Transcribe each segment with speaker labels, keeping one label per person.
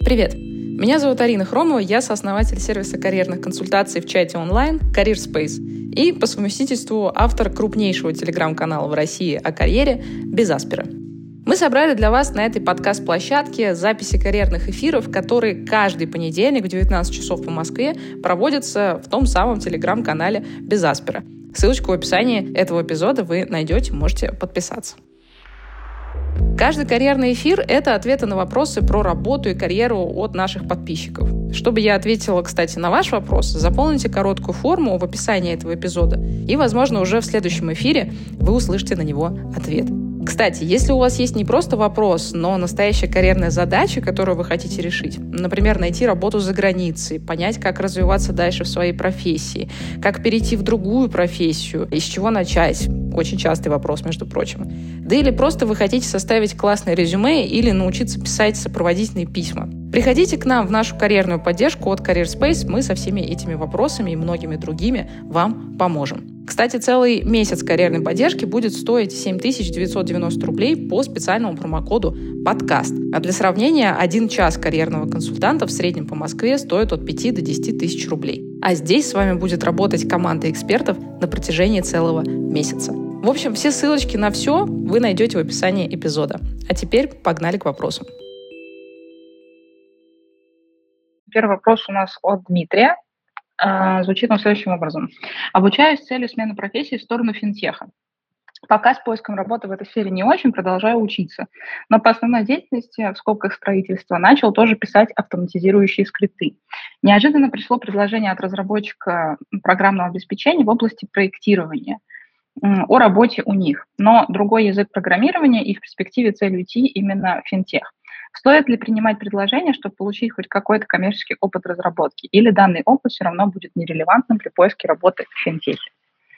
Speaker 1: Привет! Меня зовут Арина Хромова, я сооснователь сервиса карьерных консультаций в чате онлайн CareerSpace и по совместительству автор крупнейшего телеграм-канала в России о карьере «Без Аспера». Мы собрали для вас на этой подкаст-площадке записи карьерных эфиров, которые каждый понедельник в 19 часов по Москве проводятся в том самом телеграм-канале «Без Аспера». Ссылочку в описании этого эпизода вы найдете, можете подписаться. Каждый карьерный эфир — это ответы на вопросы про работу и карьеру от наших подписчиков. Чтобы я ответила, кстати, на ваш вопрос, заполните короткую форму в описании этого эпизода, и, возможно, уже в следующем эфире вы услышите на него ответ. Кстати, если у вас есть не просто вопрос, но настоящая карьерная задача, которую вы хотите решить, например, найти работу за границей, понять, как развиваться дальше в своей профессии, как перейти в другую профессию, из чего начать, очень частый вопрос, между прочим, да или просто вы хотите составить классное резюме или научиться писать сопроводительные письма, приходите к нам в нашу карьерную поддержку от CareerSpace, мы со всеми этими вопросами и многими другими вам поможем. Кстати, целый месяц карьерной поддержки будет стоить 7990 рублей по специальному промокоду «Подкаст». А для сравнения, 1 час карьерного консультанта в среднем по Москве стоит от 5 до 10 тысяч рублей. А здесь с вами будет работать команда экспертов на протяжении целого месяца. В общем, все ссылочки на все вы найдете в описании эпизода. А теперь погнали к вопросам.
Speaker 2: Первый вопрос у нас от Дмитрия. Звучит он следующим образом. Обучаюсь с целью смены профессии в сторону финтеха. Пока с поиском работы в этой сфере не очень, продолжаю учиться. Но по основной деятельности, в скобках строительства, начал тоже писать автоматизирующие скрипты. Неожиданно пришло предложение от разработчика программного обеспечения в области проектирования о работе у них. Но другой язык программирования и в перспективе цель уйти именно в финтех. Стоит ли принимать предложение, чтобы получить хоть какой-то коммерческий опыт разработки? Или данный опыт все равно будет нерелевантным при поиске работы в финтехе?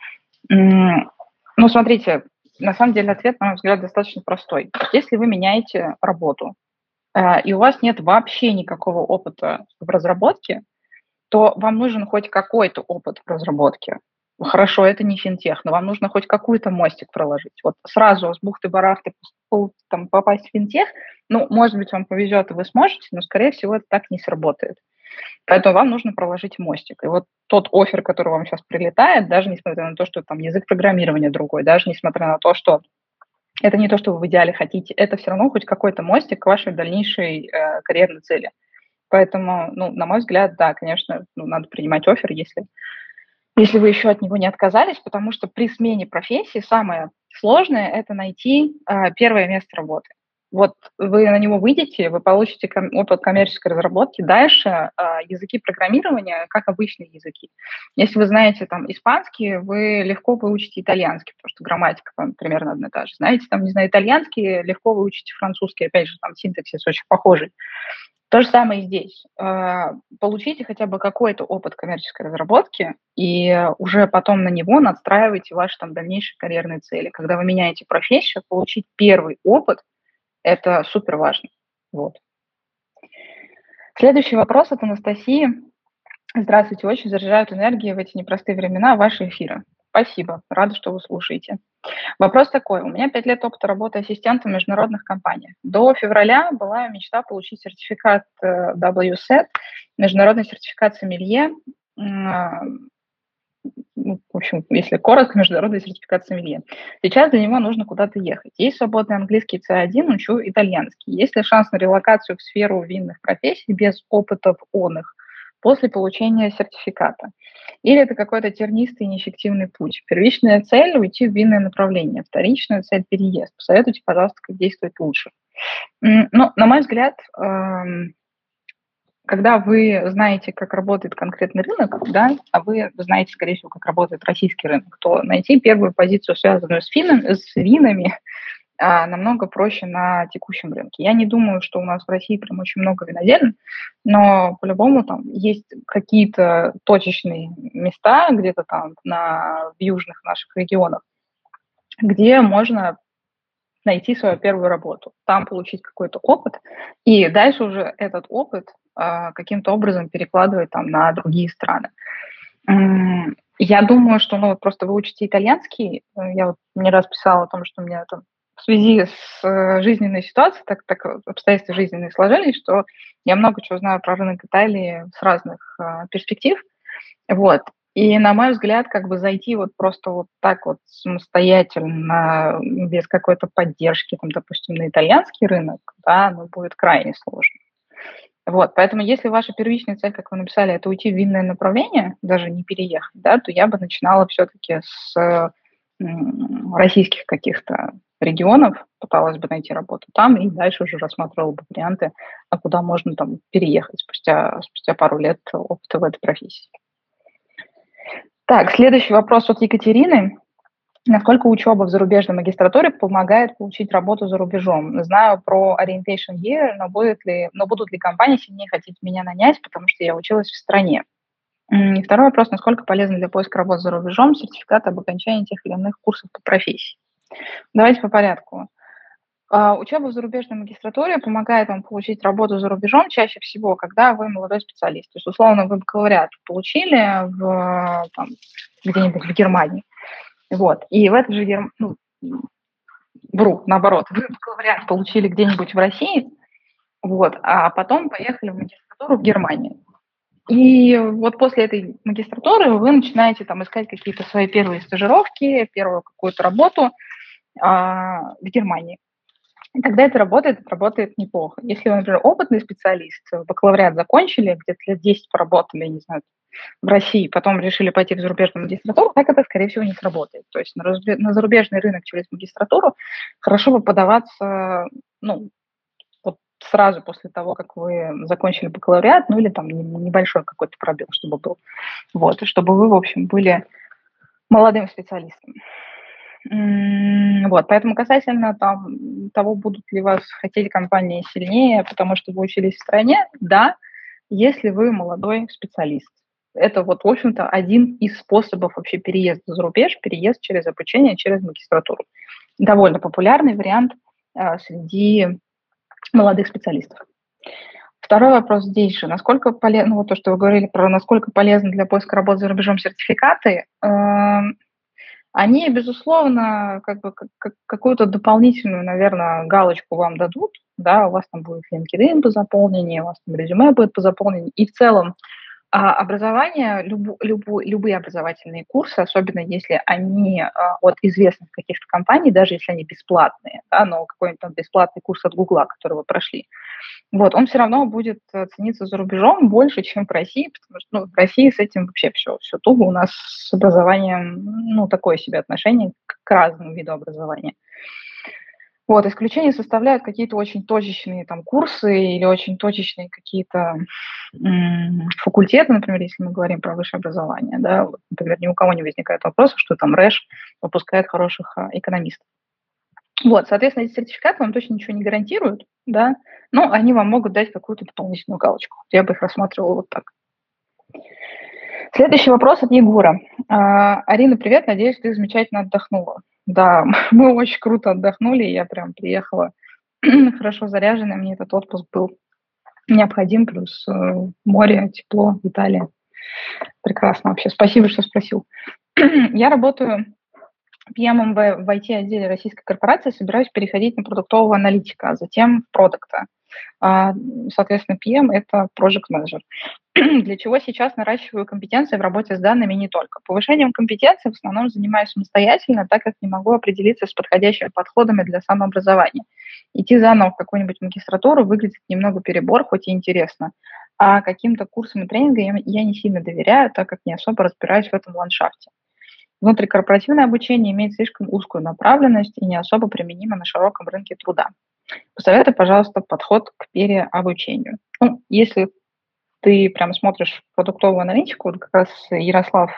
Speaker 2: Ну, смотрите, на самом деле ответ, на мой взгляд, достаточно простой. Если вы меняете работу, и у вас нет вообще никакого опыта в разработке, то вам нужен хоть какой-то опыт в разработке. Хорошо, это не финтех, но вам нужно хоть какой-то мостик проложить. Вот сразу с бухты-барахты попасть в финтех, ну, может быть, вам повезет, и вы сможете, но, скорее всего, это так не сработает. Поэтому вам нужно проложить мостик. И вот тот оффер, который вам сейчас прилетает, даже несмотря на то, что там язык программирования другой, даже несмотря на то, что это не то, что вы в идеале хотите, это все равно хоть какой-то мостик к вашей дальнейшей карьерной цели. Поэтому, ну, на мой взгляд, да, конечно, надо принимать оффер, если вы еще от него не отказались, потому что при смене профессии самое сложное – это найти первое место работы. Вот вы на него выйдете, вы получите опыт коммерческой разработки. Дальше языки программирования, как обычные языки. Если вы знаете там испанский, вы легко выучите итальянский, потому что грамматика примерно одна и та же. Знаете, там, не знаю, итальянский, легко выучите французский, опять же, там синтаксис очень похожий. То же самое и здесь. Получите хотя бы какой-то опыт коммерческой разработки, и уже потом на него надстраивайте ваши там дальнейшие карьерные цели. Когда вы меняете профессию, получить первый опыт – это супер важно. Вот. Следующий вопрос от Анастасии. Здравствуйте, очень заряжают энергией в эти непростые времена ваши эфиры. Спасибо, рада, что вы слушаете. Вопрос такой. У меня 5 лет опыта работы ассистентом в международных компаниях. До февраля была мечта получить сертификат WSET, международный сертификат сомелье. В общем, если коротко, международный сертификат сомелье. Сейчас для него нужно куда-то ехать. Есть свободный английский C1, учу итальянский. Есть ли шанс на релокацию в сферу винных профессий без опыта в оных после получения сертификата? Или это какой-то тернистый и неэффективный путь? Первичная цель – уйти в винное направление, вторичная цель – переезд. Посоветуйте, пожалуйста, как действовать лучше. Ну, на мой взгляд, когда вы знаете, как работает конкретный рынок, да, а вы знаете, скорее всего, как работает российский рынок, то найти первую позицию, связанную с винами, намного проще на текущем рынке. Я не думаю, что у нас в России прям очень много винодельн, но по-любому там есть какие-то точечные места где-то там в южных наших регионах, где можно найти свою первую работу, там получить какой-то опыт, и дальше уже этот опыт каким-то образом перекладывать там на другие страны. Я думаю, что просто вы учите итальянский. Я вот не раз писала о том, что мне там связи с жизненной ситуацией, так обстоятельства жизненные сложились, что я много чего знаю про рынок Италии с разных перспектив. Вот. И, на мой взгляд, как бы зайти вот просто вот так вот самостоятельно, без какой-то поддержки, там, допустим, на итальянский рынок, да, ну, будет крайне сложно. Вот, поэтому если ваша первичная цель, как вы написали, это уйти в винное направление, даже не переехать, да, то я бы начинала все-таки с российских каких-то регионов, пыталась бы найти работу там и дальше уже рассматривала бы варианты, а куда можно там переехать спустя пару лет опыта в этой профессии. Так, следующий вопрос от Екатерины. Насколько учеба в зарубежной магистратуре помогает получить работу за рубежом? Знаю про Orientation Year, но будут ли компании сильнее хотеть меня нанять, потому что я училась в стране? И второй вопрос. Насколько полезны для поиска работы за рубежом сертификаты об окончании тех или иных курсов по профессии? Давайте по порядку. Учеба в зарубежной магистратуре помогает вам получить работу за рубежом чаще всего, когда вы молодой специалист. То есть, условно, вы бакалавриат получили где-нибудь в Германии. Вот. И в этот же наоборот, вы бакалавриат получили где-нибудь в России, вот, а потом поехали в магистратуру в Германию. И вот после этой магистратуры вы начинаете там искать какие-то свои первые стажировки, первую какую-то работу в Германии. И когда это работает неплохо. Если вы, например, опытный специалист, бакалавриат закончили, где-то лет 10 поработали, не знаю, в России, потом решили пойти в зарубежную магистратуру, так это, скорее всего, не сработает. То есть на зарубежный рынок через магистратуру хорошо бы подаваться, вот сразу после того, как вы закончили бакалавриат, ну или там небольшой какой-то пробел, чтобы был. Вот, и чтобы вы, в общем, были молодым специалистом. Вот, поэтому касательно того, будут ли вас хотеть компании сильнее, потому что вы учились в стране, да, если вы молодой специалист. Это вот, в общем-то, один из способов вообще переезда за рубеж, переезд через обучение, через магистратуру. Довольно популярный вариант среди молодых специалистов. Второй вопрос здесь же. Насколько полезно, вот то, что вы говорили про насколько полезны для поиска работы за рубежом сертификаты, они, безусловно, как бы какую-то дополнительную, наверное, галочку вам дадут, да, у вас там будет LinkedIn по заполнению, у вас там резюме будет по заполнению, и в целом образование, любые образовательные курсы, особенно если они от известных каких-то компаний, даже если они бесплатные, да, но какой-нибудь там бесплатный курс от Гугла, который вы прошли, вот, он все равно будет цениться за рубежом больше, чем в России, потому что в России с этим вообще все туго. У нас с образованием, такое себе отношение к разному виду образования. Вот, исключение составляют какие-то очень точечные там курсы или очень точечные какие-то факультеты, например, если мы говорим про высшее образование, да, вот, например, ни у кого не возникает вопроса, что там РЭШ выпускает хороших экономистов. Вот, соответственно, эти сертификаты вам точно ничего не гарантируют, да, но они вам могут дать какую-то дополнительную галочку. Я бы их рассматривала вот так. Следующий вопрос от Егора. Арина, привет, надеюсь, ты замечательно отдохнула. Да, мы очень круто отдохнули, я прям приехала хорошо заряженная, мне этот отпуск был необходим, плюс море, тепло, Италия. Прекрасно вообще, спасибо, что спросил. Я работаю PM в IT-отделе российской корпорации, собираюсь переходить на продуктового аналитика, а затем в продукта. Соответственно, PM – это Project Manager. Для чего сейчас наращиваю компетенции в работе с данными не только. Повышением компетенций в основном занимаюсь самостоятельно, так как не могу определиться с подходящими подходами для самообразования. Идти заново в какую-нибудь магистратуру выглядит немного перебор, хоть и интересно. А каким-то курсам и тренингам я не сильно доверяю, так как не особо разбираюсь в этом ландшафте. Внутрикорпоративное обучение имеет слишком узкую направленность и не особо применимо на широком рынке труда. Посоветуй, пожалуйста, подход к переобучению. Если ты прям смотришь продуктовую аналитику, вот как раз Ярослав,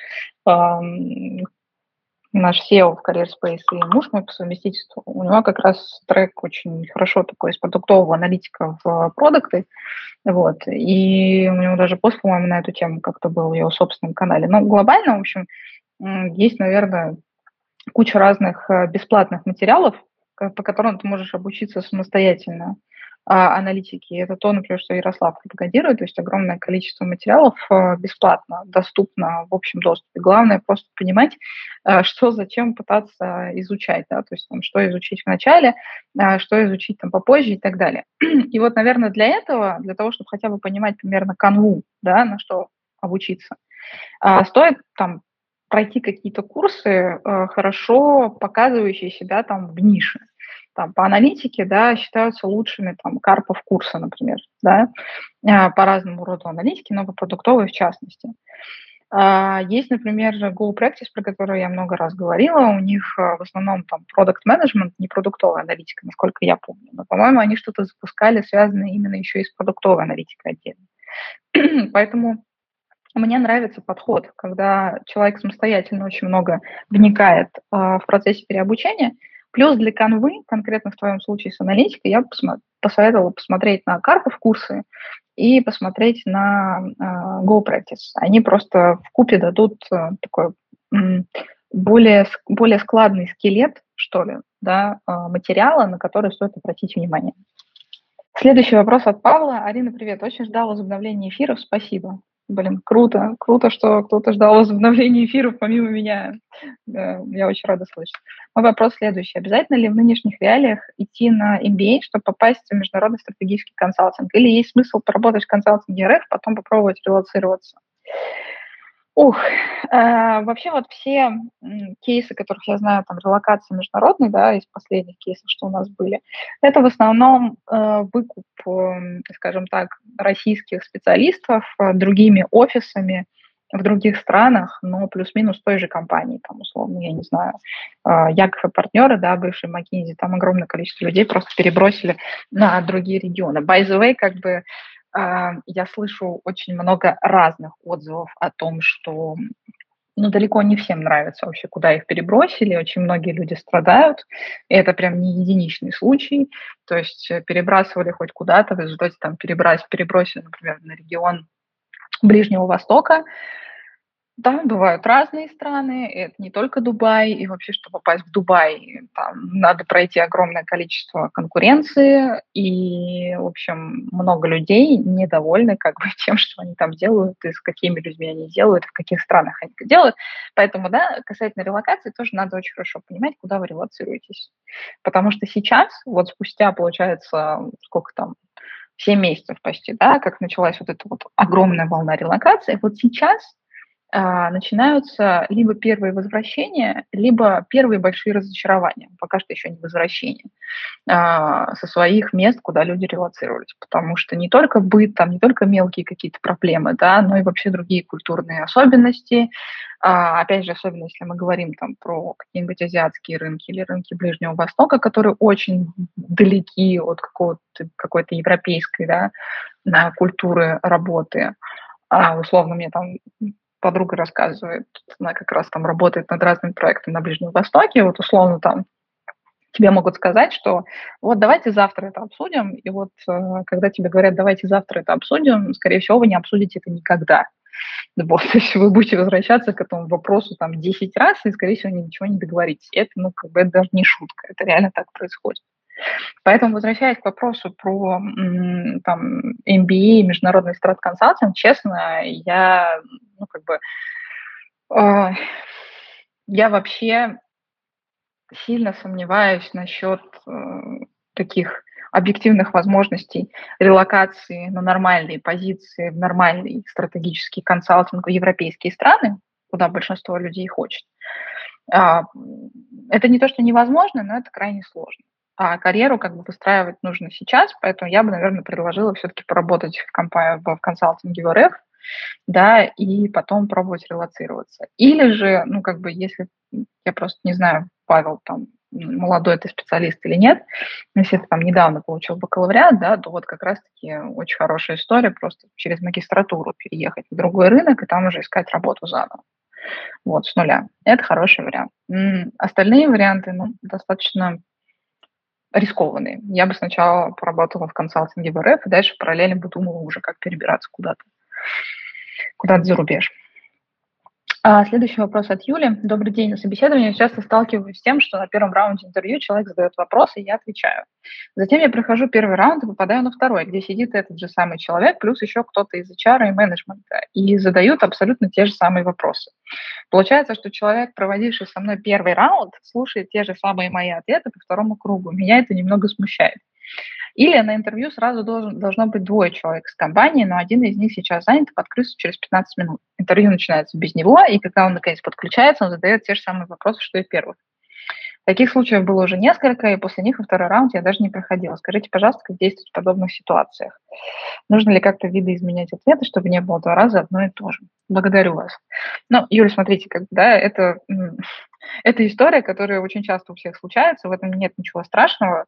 Speaker 2: наш SEO в CareerSpace и муж мой по совместительству, у него как раз трек очень хорошо такой из продуктового аналитика в продукты, вот, и у него даже пост, по-моему, на эту тему как-то был в его собственном канале. Но глобально, в общем, есть, наверное, куча разных бесплатных материалов, по которым ты можешь обучиться самостоятельно аналитики. Это то, например, что Ярослав пропагандирует, то есть огромное количество материалов бесплатно, доступно в общем доступе. Главное просто понимать, что зачем пытаться изучать, да, то есть там, что изучить в начале, что изучить там попозже и так далее. И вот, наверное, для этого, для того, чтобы хотя бы понимать примерно канву, да, на что обучиться, стоит там пройти какие-то курсы, хорошо показывающие себя там в нише. Там, по аналитике, да, считаются лучшими там Карпов курса, например, да, по разному роду аналитики, но по продуктовой в частности. Есть, например, Go Practice, про которую я много раз говорила. У них в основном там product management, не продуктовая аналитика, насколько я помню. Но, по-моему, они что-то запускали, связанное именно еще и с продуктовой аналитикой отдельно. Поэтому мне нравится подход, когда человек самостоятельно очень много вникает в процессе переобучения. Плюс для канвы, конкретно в твоем случае с аналитикой, я посоветовала посмотреть на Карпов курсы и посмотреть на Go Practice. Они просто вкупе дадут такой более складный скелет, что ли, да, материала, на который стоит обратить внимание. Следующий вопрос от Павла. Арина, привет. Очень ждал возобновления эфиров. Спасибо. Блин, круто. Круто, что кто-то ждал возобновления эфиров помимо меня. Я очень рада слышать. Мой вопрос следующий. Обязательно ли в нынешних реалиях идти на MBA, чтобы попасть в международный стратегический консалтинг? Или есть смысл поработать в консалтинге РФ, потом попробовать релоцироваться? Вообще вот все кейсы, которых я знаю, там, релокации международной, да, из последних кейсов, что у нас были, это в основном выкуп, скажем так, российских специалистов другими офисами в других странах, но плюс-минус той же компании, там, условно, я не знаю, Яков и партнеры, да, бывший McKinsey, там огромное количество людей просто перебросили на другие регионы. By the way, как бы я слышу очень много разных отзывов о том, что далеко не всем нравится вообще, куда их перебросили. Очень многие люди страдают. И это прям не единичный случай. То есть перебрасывали хоть куда-то, в результате там перебросили, например, на регион Ближнего Востока. Да, бывают разные страны, это не только Дубай, и вообще, чтобы попасть в Дубай, там надо пройти огромное количество конкуренции, и, в общем, много людей недовольны как бы тем, что они там делают, и с какими людьми они делают, и в каких странах они это делают. Поэтому, да, касательно релокации тоже надо очень хорошо понимать, куда вы релоцируетесь. Потому что сейчас, вот спустя, получается, сколько там, 7 месяцев почти, да, как началась вот эта вот огромная волна релокации, вот сейчас начинаются либо первые возвращения, либо первые большие разочарования, пока что еще не возвращения, со своих мест, куда люди релоцировались. Потому что не только быт, там, не только мелкие какие-то проблемы, да, но и вообще другие культурные особенности. Опять же, особенно если мы говорим там про какие-нибудь азиатские рынки или рынки Ближнего Востока, которые очень далеки от какой-то европейской, да, культуры работы. Условно, мне там подруга рассказывает, она как раз там работает над разными проектами на Ближнем Востоке, вот условно там тебе могут сказать, что вот давайте завтра это обсудим, и вот когда тебе говорят, давайте завтра это обсудим, скорее всего, вы не обсудите это никогда. Вот, то есть вы будете возвращаться к этому вопросу там 10 раз, и, скорее всего, ничего не договоритесь. Это, это даже не шутка, это реально так происходит. Поэтому, возвращаясь к вопросу про там, MBA, международный страт-консалтинг, честно, я, я вообще сильно сомневаюсь насчет таких объективных возможностей релокации на нормальные позиции, в нормальный стратегический консалтинг в европейские страны, куда большинство людей хочет. Это не то, что невозможно, но это крайне сложно. А карьеру как бы выстраивать нужно сейчас, поэтому я бы, наверное, предложила все-таки поработать в консалтинге в РФ, да, и потом пробовать релоцироваться. Или же, если, я просто не знаю, Павел, там, молодой ты специалист или нет, если ты там недавно получил бакалавриат, да, то вот как раз-таки очень хорошая история просто через магистратуру переехать в другой рынок и там уже искать работу заново. Вот, с нуля. Это хороший вариант. Остальные варианты, достаточно рискованные. Я бы сначала поработала в консалтинге в РФ, и дальше параллельно бы думала уже, как перебираться куда-то за рубеж. Следующий вопрос от Юли. Добрый день. На собеседовании я часто сталкиваюсь с тем, что на первом раунде интервью человек задает вопросы, и я отвечаю. Затем я прохожу первый раунд и попадаю на второй, где сидит этот же самый человек, плюс еще кто-то из HR и менеджмента, и задают абсолютно те же самые вопросы. Получается, что человек, проводивший со мной первый раунд, слушает те же самые мои ответы по второму кругу. Меня это немного смущает. Или на интервью сразу должно быть двое человек с компании, но один из них сейчас занят и подключится через 15 минут. Интервью начинается без него, и когда он наконец подключается, он задает те же самые вопросы, что и первый. Таких случаев было уже несколько, и после них во второй раунд я даже не проходила. Скажите, пожалуйста, как действовать в подобных ситуациях? Нужно ли как-то видоизменять ответы, чтобы не было 2 раза одно и то же? Благодарю вас. Ну, Юля, смотрите, это история, которая очень часто у всех случается, в этом нет ничего страшного.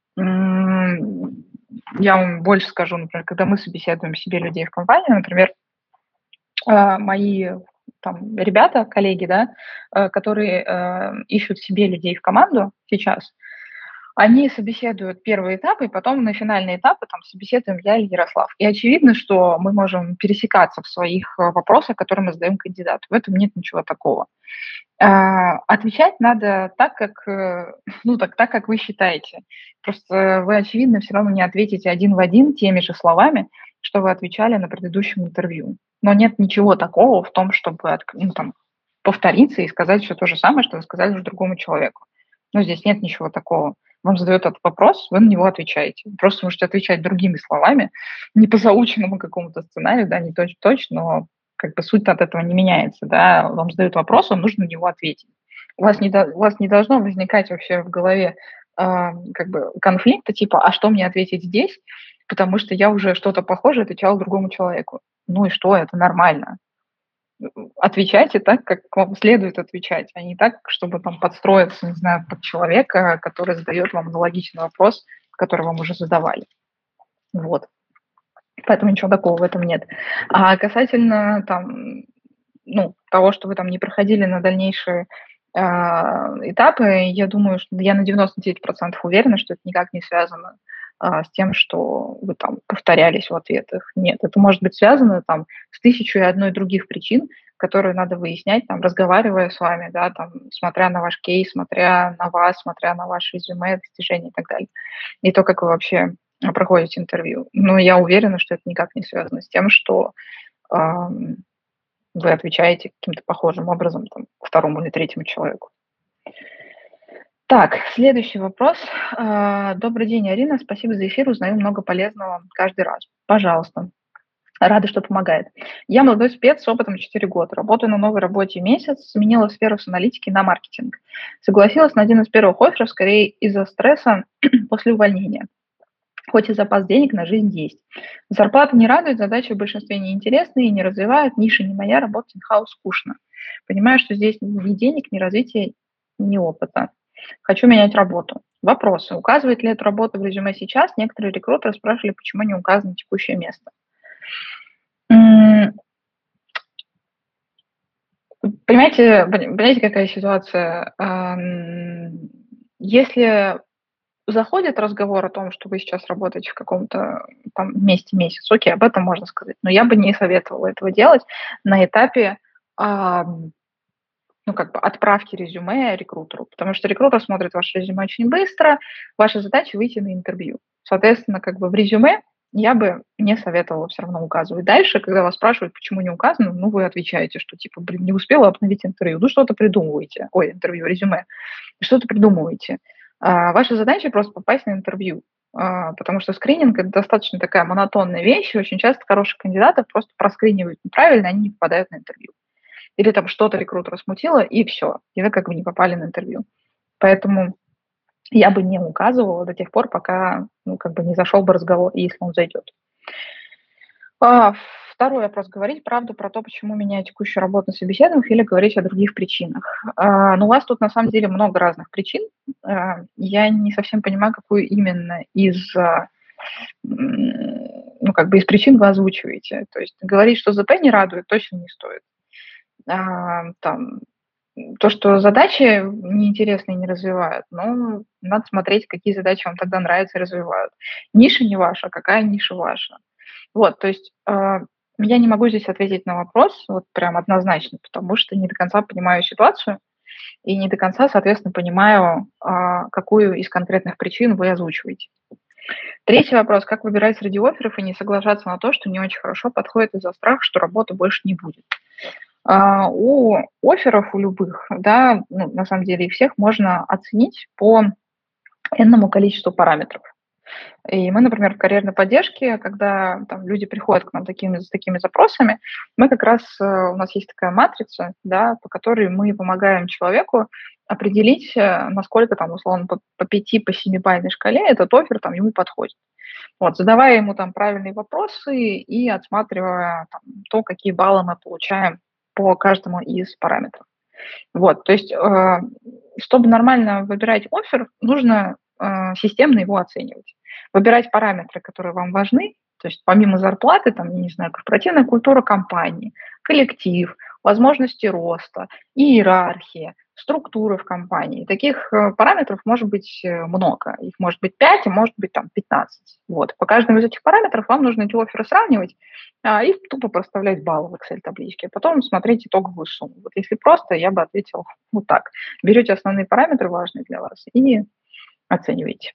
Speaker 2: Я вам больше скажу, например, когда мы собеседуем себе людей в компании, например, мои там ребята, коллеги, да, которые ищут себе людей в команду сейчас, они собеседуют первый этап, и потом на финальные этапы там собеседуем я или Ярослав. И очевидно, что мы можем пересекаться в своих вопросах, которые мы задаем кандидату. В этом нет ничего такого. Отвечать надо так, как вы считаете. Просто вы, очевидно, все равно не ответите один в один теми же словами, что вы отвечали на предыдущем интервью. Но нет ничего такого в том, чтобы повториться и сказать все то же самое, что вы сказали уже другому человеку. Но здесь нет ничего такого. Вам задают этот вопрос, вы на него отвечаете. Просто можете отвечать другими словами, не по заученному какому-то сценарию, да, не точь-в-точь, но как бы суть от этого не меняется, да, вам задают вопрос, вам нужно на него ответить. У вас не должно возникать вообще в голове конфликта, типа, а что мне ответить здесь, потому что я уже что-то похожее отвечала другому человеку. Ну и что, это нормально. Отвечайте так, как вам следует отвечать, а не так, чтобы там подстроиться, не знаю, под человека, который задает вам аналогичный вопрос, который вам уже задавали. Вот. Поэтому ничего такого в этом нет. А касательно того, что вы там не проходили на дальнейшие этапы, я думаю, что я на 99% уверена, что это никак не связано с тем, что вы там повторялись в ответах. Нет, это может быть связано там с 1001 других причин, которые надо выяснять, там, разговаривая с вами, да, там, смотря на ваш кейс, смотря на вас, смотря на ваше резюме, достижения и так далее. И то, как вы вообще проходите интервью. Но я уверена, что это никак не связано с тем, что вы отвечаете каким-то похожим образом там, второму или третьему человеку. Так, следующий вопрос. Добрый день, Арина. Спасибо за эфир. Узнаю много полезного каждый раз. Пожалуйста. Рада, что помогает. Я молодой спец с опытом 4 года. Работаю на новой работе месяц. Сменила сферу с аналитики на маркетинг. Согласилась на один из первых офферов скорее из-за стресса после увольнения. Хоть и запас денег на жизнь есть. Зарплата не радует, задачи в большинстве неинтересные, не развивают, ниша не моя, работать in-house скучно. Понимаю, что здесь ни денег, ни развития, ни опыта. Хочу менять работу. Вопросы. Указывает ли эту работу в резюме сейчас? Некоторые рекрутеры спрашивали, почему не указано текущее место. Понимаете, какая ситуация? Если заходит разговор о том, что вы сейчас работаете в каком-то там месте месяц, окей, об этом можно сказать, но я бы не советовала этого делать на этапе отправки резюме рекрутеру, потому что рекрутер смотрит ваше резюме очень быстро, ваша задача выйти на интервью. Соответственно, в резюме я бы не советовала все равно указывать. Дальше, когда вас спрашивают, почему не указано, вы отвечаете, что не успела обновить интервью, что-то придумываете, резюме, что-то придумываете. Ваша задача просто попасть на интервью, потому что скрининг – это достаточно такая монотонная вещь, и очень часто хороших кандидатов просто проскринивают неправильно, они не попадают на интервью. Или там что-то рекрутера смутило, и все, и вы не попали на интервью. Поэтому я бы не указывала до тех пор, пока не зашел бы разговор, если он зайдет. Второй вопрос. Говорить правду про то, почему меняю текущую работу на собеседованиях, или говорить о других причинах? У вас тут на самом деле много разных причин. Я не совсем понимаю, какую именно из причин вы озвучиваете. То есть говорить, что ЗП не радует, точно не стоит. То, что задачи неинтересные не развивают, надо смотреть, какие задачи вам тогда нравятся и развивают. Ниша не ваша, какая ниша ваша. Вот, то есть Я не могу здесь ответить на вопрос вот прям однозначно, потому что не до конца понимаю ситуацию и не до конца, соответственно, понимаю, какую из конкретных причин вы озвучиваете. Третий вопрос. Как выбирать среди офферов и не соглашаться на то, что не очень хорошо подходит из-за страха, что работы больше не будет? У офферов, у любых, да, ну, на самом деле их всех можно оценить по энному количеству параметров. И мы, например, в карьерной поддержке, когда там люди приходят к нам с такими запросами, мы как раз, у нас есть такая матрица, да, по которой мы помогаем человеку определить, насколько там, условно, по 5, по 7-бальной шкале этот оффер там ему подходит. Вот, задавая ему там правильные вопросы и отсматривая там, то, какие баллы мы получаем по каждому из параметров. Вот, то есть, чтобы нормально выбирать оффер, нужно системно его оценивать. Выбирать параметры, которые вам важны, то есть помимо зарплаты, там, я не знаю, корпоративная культура компании, коллектив, возможности роста, иерархия, структуры в компании. Таких параметров может быть много. Их может быть 5, а может быть там 15. Вот. По каждому из этих параметров вам нужно эти офферы сравнивать и тупо проставлять баллы в Excel-табличке. Потом смотреть итоговую сумму. Вот если просто, я бы ответила вот так. Берете основные параметры, важные для вас, и оцениваете.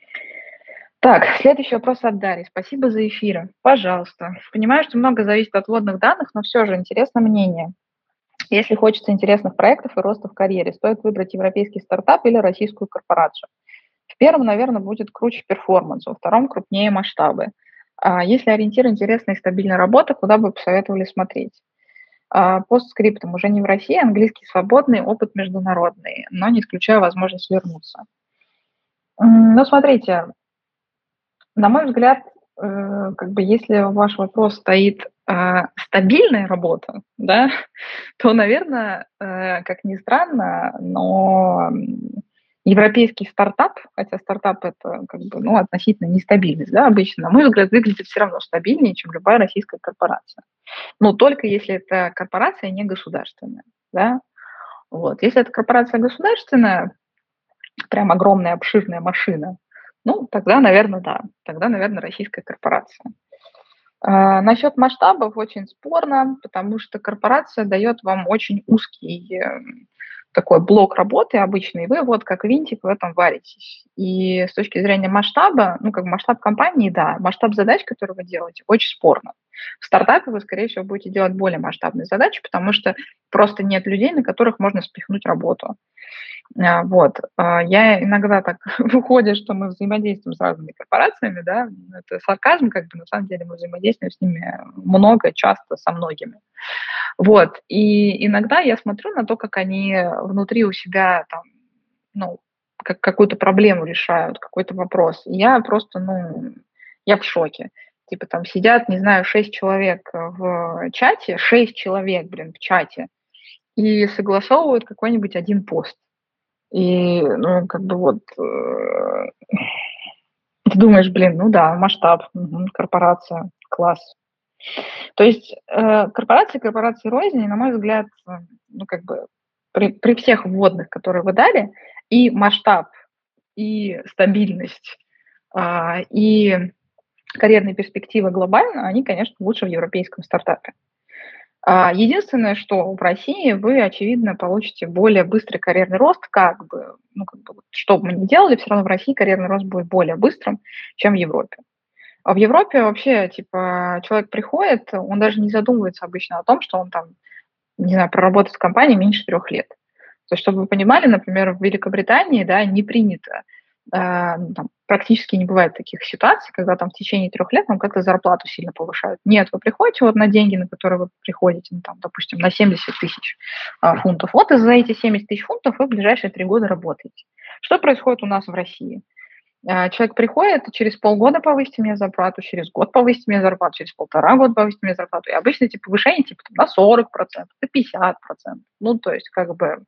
Speaker 2: Так, следующий вопрос от Дарьи. Спасибо за эфиры. Пожалуйста. Понимаю, что много зависит от вводных данных, но все же интересно мнение. Если хочется интересных проектов и роста в карьере, стоит выбрать европейский стартап или российскую корпорацию. В первом, наверное, будет круче перформанс, во втором крупнее масштабы. Если ориентир интересная и стабильная работа, куда бы посоветовали смотреть? Постскриптум. Уже не в России, английский свободный, опыт международный, но не исключаю возможность вернуться. Ну, смотрите, на мой взгляд, как бы если ваш вопрос стоит стабильная работа, да, то, наверное, как ни странно, но европейский стартап, хотя стартап это как бы, ну, относительно нестабильность, да, обычно, на мой взгляд, выглядит все равно стабильнее, чем любая российская корпорация. Но только если эта корпорация не государственная, да. Вот. Если это корпорация государственная, прям огромная, обширная машина, ну, тогда, наверное, да. Тогда, наверное, российская корпорация. Насчет масштабов очень спорно, потому что корпорация дает вам очень узкий такой блок работы обычный, и вы вот как винтик в этом варитесь. И с точки зрения масштаба, ну, как масштаб компании, да, масштаб задач, которые вы делаете, очень спорно. В стартапе вы, скорее всего, будете делать более масштабные задачи, потому что просто нет людей, на которых можно спихнуть работу. Вот. Я иногда так выходит, что мы взаимодействуем с разными корпорациями, да, это сарказм, как бы, на самом деле мы взаимодействуем с ними много, часто, со многими. Вот. И иногда я смотрю на то, как они внутри у себя там, ну, как какую-то проблему решают, какой-то вопрос. И я просто, ну, я в шоке. Типа там сидят, не знаю, 6 человек в чате, 6 человек, блин, в чате, и согласовывают какой-нибудь один пост. И, ну, как бы вот, ты думаешь, блин, ну да, масштаб, корпорация, класс. То есть корпорации рознь, и, на мой взгляд, ну, как бы при всех вводных, которые вы дали, и масштаб, и стабильность, и карьерные перспективы глобально, они, конечно, лучше в европейском стартапе. Единственное, что в России вы, очевидно, получите более быстрый карьерный рост, как бы, ну, как бы, что бы мы ни делали, все равно в России карьерный рост будет более быстрым, чем в Европе. А в Европе вообще, типа, человек приходит, он даже не задумывается обычно о том, что он там, не знаю, проработает в компании меньше 3 лет. То есть, чтобы вы понимали, например, в Великобритании, да, не принято, ну, там, практически не бывает таких ситуаций, когда там в течение 3 лет вам как-то зарплату сильно повышают. Нет, вы приходите вот на деньги, на которые вы приходите, ну, там, допустим, на 70 тысяч фунтов. Вот и за эти 70 тысяч фунтов вы в ближайшие 3 года работаете. Что происходит у нас в России? Человек приходит, через полгода повысите мне зарплату, через год повысите мне зарплату, через 1,5 года повысите мне зарплату. И обычно типа повышение типа на 40%, на 50%. Ну, то есть как бы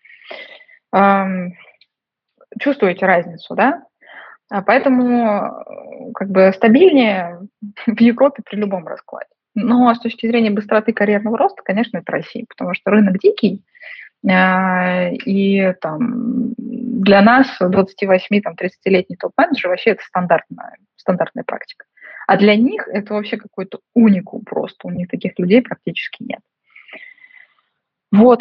Speaker 2: чувствуете разницу, да? Поэтому как бы стабильнее в Европе при любом раскладе. Но с точки зрения быстроты карьерного роста, конечно, это Россия, потому что рынок дикий, и там для нас 28-30-летний топ-менеджер вообще это стандартная практика. А для них это вообще какой-то уникум просто. У них таких людей практически нет. Вот.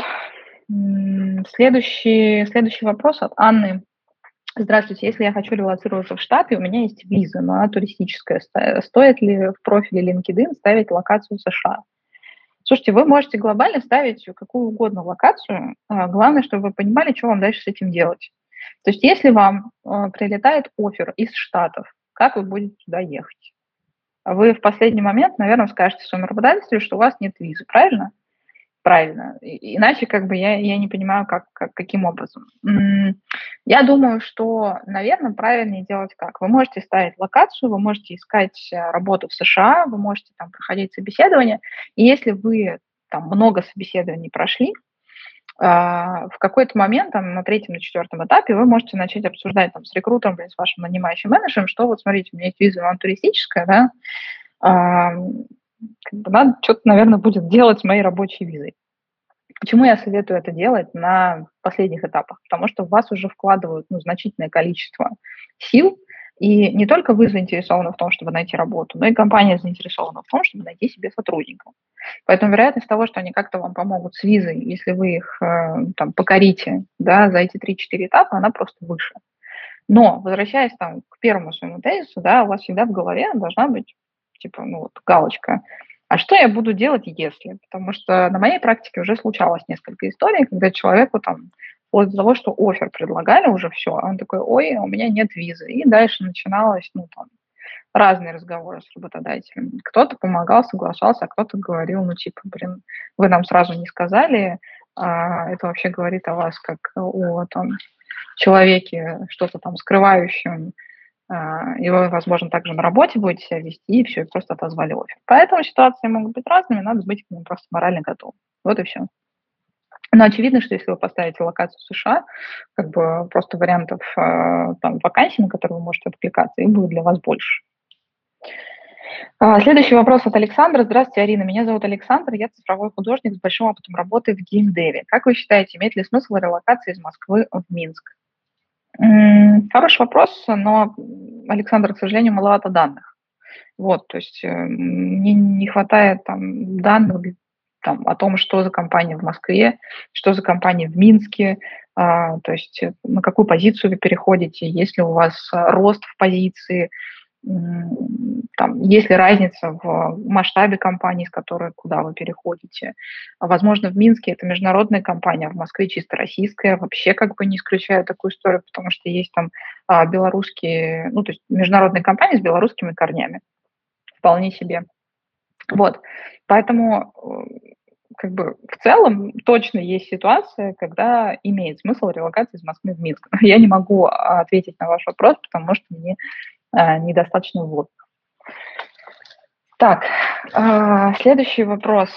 Speaker 2: Следующий вопрос от Анны. Здравствуйте, если я хочу релоцироваться в Штаты, у меня есть виза, но она туристическая. Стоит ли в профиле LinkedIn ставить локацию США? Слушайте, вы можете глобально ставить какую угодно локацию. Главное, чтобы вы понимали, что вам дальше с этим делать. То есть если вам прилетает оффер из Штатов, как вы будете туда ехать? Вы в последний момент, наверное, скажете своему работодателю, что у вас нет визы, правильно? Правильно. Иначе как бы я не понимаю, каким образом. Я думаю, что, наверное, правильнее делать как. Вы можете ставить локацию, вы можете искать работу в США, вы можете там проходить собеседование. И если вы там много собеседований прошли, в какой-то момент, там, на третьем, на четвертом этапе, вы можете начать обсуждать там, с рекрутером или с вашим нанимающим менеджером, что вот смотрите, у меня есть виза, она туристическая, да, как бы надо что-то, наверное, будет делать с моей рабочей визой. Почему я советую это делать на последних этапах? Потому что в вас уже вкладывают значительное количество сил, и не только вы заинтересованы в том, чтобы найти работу, но и компания заинтересована в том, чтобы найти себе сотрудника. Поэтому вероятность того, что они как-то вам помогут с визой, если вы их там, покорите, да, за эти 3-4 этапа, она просто выше. Но, возвращаясь там, к первому своему тезису, да, у вас всегда в голове должна быть типа, галочка. А что я буду делать, если? Потому что на моей практике уже случалось несколько историй, когда человеку там вплоть до того, что оффер предлагали уже все, а он такой, ой, у меня нет визы. И дальше начиналось, разные разговоры с работодателем. Кто-то помогал, соглашался, а кто-то говорил, блин, вы нам сразу не сказали, это вообще говорит о вас как о человеке, что-то там скрывающем, и вы, возможно, также на работе будете себя вести, и все, и просто отозвали оффер. Поэтому ситуации могут быть разными, надо быть к ним просто морально готовым. Вот и все. Но очевидно, что если вы поставите локацию США, как бы просто вариантов там, вакансий, на которые вы можете откликаться, их будет для вас больше. Следующий вопрос от Александра. Здравствуйте, Арина. Меня зовут Александр. Я цифровой художник с большим опытом работы в геймдеве. Как вы считаете, имеет ли смысл релокация из Москвы в Минск? Хороший вопрос, но, Александр, к сожалению, маловато данных. Вот, то есть мне не хватает там данных там, о том, что за компания в Москве, что за компания в Минске, то есть на какую позицию вы переходите, есть ли у вас рост в позиции, там, есть ли разница в масштабе компании, с которой куда вы переходите. Возможно, в Минске это международная компания, а в Москве чисто российская. Вообще как бы не исключаю такую историю, потому что есть там белорусские, то есть международные компании с белорусскими корнями. Вполне себе. Вот. Поэтому как бы в целом точно есть ситуация, когда имеет смысл релокация из Москвы в Минск. Я не могу ответить на ваш вопрос, потому что мне недостаточно вводных. Так, следующий вопрос.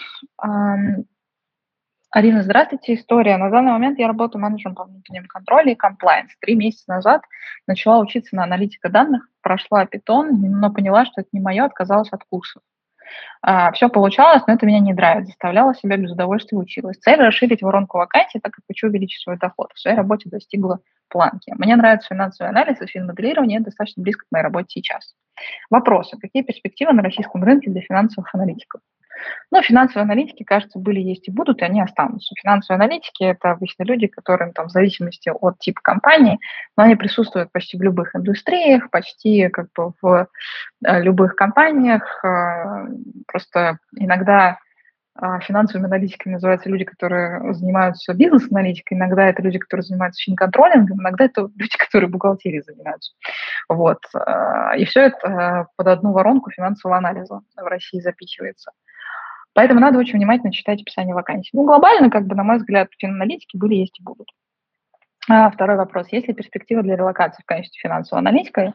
Speaker 2: Арина, здравствуйте. История. На данный момент я работаю менеджером по внутреннему контролю и комплайенс. 3 месяца назад начала учиться на аналитика данных, прошла Python, но поняла, что это не мое, отказалась от курсов. Все получалось, но это меня не драйвит. Заставляла себя без удовольствия училась. Цель – расширить воронку вакансий, так как хочу увеличить свой доход. В своей работе достигла планки. Мне нравится финансовый анализ и финмоделирование, это достаточно близко к моей работе сейчас. Вопросы. Какие перспективы на российском рынке для финансовых аналитиков? Финансовые аналитики, кажется, были, есть и будут, и они останутся. Финансовые аналитики – это обычно люди, которые там, в зависимости от типа компании, но они присутствуют почти в любых индустриях, почти как бы в любых компаниях. Просто иногда финансовыми аналитиками называются люди, которые занимаются бизнес-аналитикой, иногда это люди, которые занимаются финконтролингом, иногда это люди, которые бухгалтерией занимаются. Вот. И все это под одну воронку финансового анализа в России запихивается. Поэтому надо очень внимательно читать описание вакансий. Глобально, как бы, на мой взгляд, финаналитики были, есть и будут. Второй вопрос. Есть ли перспектива для релокации в качестве финансового аналитика?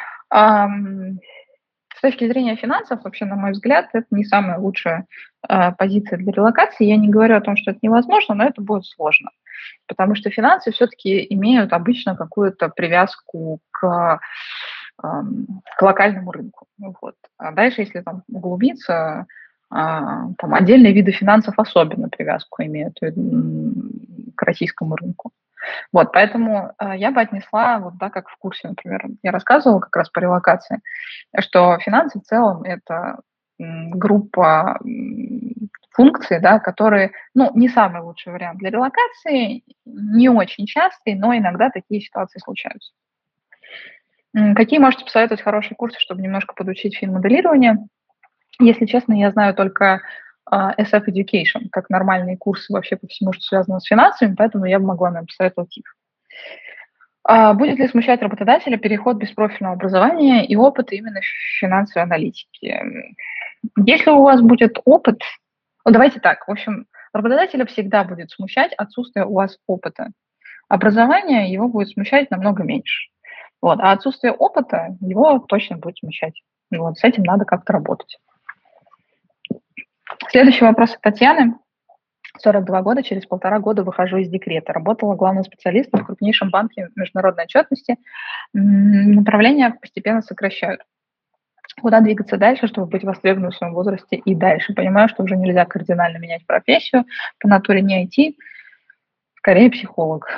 Speaker 2: С точки зрения финансов, вообще, на мой взгляд, это не самая лучшая позиция для релокации. Я не говорю о том, что это невозможно, но это будет сложно. Потому что финансы все-таки имеют обычно какую-то привязку к локальному рынку. Вот. А дальше, если там углубиться, там отдельные виды финансов особенно привязку имеют к российскому рынку. Вот, поэтому я бы отнесла, вот да, как в курсе, например, я рассказывала как раз по релокации, что финансы в целом это группа функций, да, которые, ну, не самый лучший вариант для релокации, не очень частый, но иногда такие ситуации случаются. Какие можете посоветовать хорошие курсы, чтобы немножко подучить финмоделирование? Если честно, я знаю только SF Education, как нормальные курсы вообще по всему, что связано с финансами, поэтому я бы могла, наверное, посоветовать их. Будет ли смущать работодателя переход без профильного образования и опыта именно в финансовой аналитике? Если у вас будет опыт, ну, давайте так, в общем, работодателя всегда будет смущать отсутствие у вас опыта. Образование его будет смущать намного меньше. Вот, а отсутствие опыта его точно будет смущать. Вот, с этим надо как-то работать. Следующий вопрос от Татьяны. 42 года, через 1,5 года выхожу из декрета. Работала главным специалистом в крупнейшем банке международной отчетности. Направления постепенно сокращают. Куда двигаться дальше, чтобы быть востребованным в своем возрасте и дальше? Понимаю, что уже нельзя кардинально менять профессию, по натуре не IT, скорее психолог.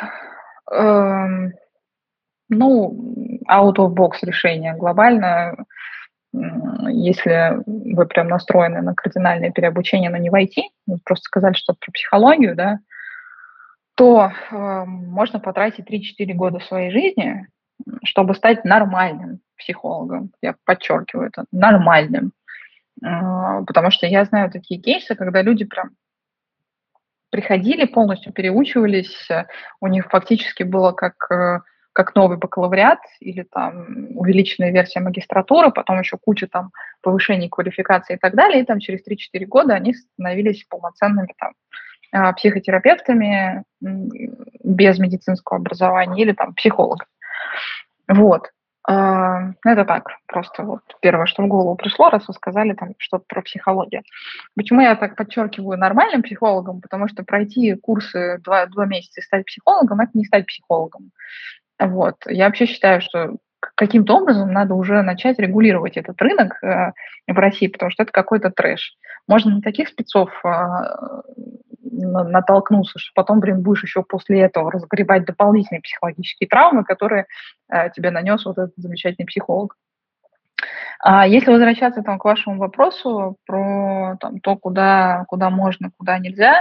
Speaker 2: Ну, out of box решение. Глобально, если вы прям настроены на кардинальное переобучение, но не в IT, просто сказали что-то про психологию, да, то можно потратить 3-4 года своей жизни, чтобы стать нормальным психологом. Я подчеркиваю это, нормальным. Потому что я знаю такие кейсы, когда люди прям приходили, полностью переучивались, у них фактически было как новый бакалавриат или там увеличенная версия магистратуры, потом еще куча там повышений квалификации и так далее, и там через 3-4 года они становились полноценными там психотерапевтами без медицинского образования или там психологами. Вот. Это так, просто вот первое, что в голову пришло, раз вы сказали там что-то про психологию. Почему я так подчеркиваю нормальным психологом? Потому что пройти курсы 2 месяца и стать психологом – это не стать психологом. Вот. Я вообще считаю, что каким-то образом надо уже начать регулировать этот рынок в России, потому что это какой-то трэш. Можно на таких спецов натолкнуться, что потом, будешь еще после этого разгребать дополнительные психологические травмы, которые тебе нанес вот этот замечательный психолог. Если возвращаться там, к вашему вопросу про там, то, куда можно, куда нельзя,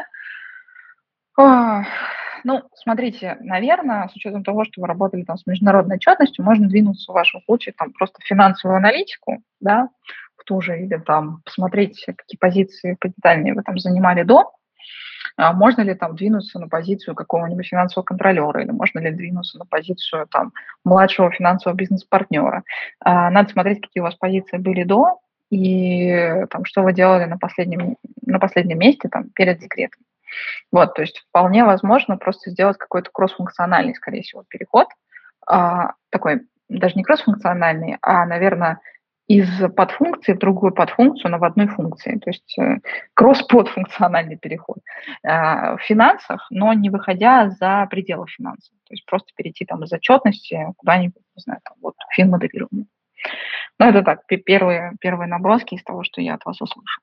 Speaker 2: ну, смотрите, наверное, с учетом того, что вы работали там с международной отчетностью, можно двинуться в вашем случае там просто в финансовую аналитику, да, в ту же, или там посмотреть, какие позиции подетальнее вы там занимали до, можно ли там двинуться на позицию какого-нибудь финансового контролера, или можно ли двинуться на позицию там младшего финансового бизнес-партнера. Надо смотреть, какие у вас позиции были до, и там, что вы делали на последнем месте там, перед декретом. Вот, то есть вполне возможно просто сделать какой-то кроссфункциональный, скорее всего, переход, такой даже не кроссфункциональный, а, наверное, из подфункции в другую подфункцию, но в одной функции. То есть кросс-подфункциональный переход в финансах, но не выходя за пределы финансов. То есть просто перейти там из отчетности куда-нибудь, не знаю, там, вот, финмоделирование. Ну, это так, первые наброски из того, что я от вас услышала.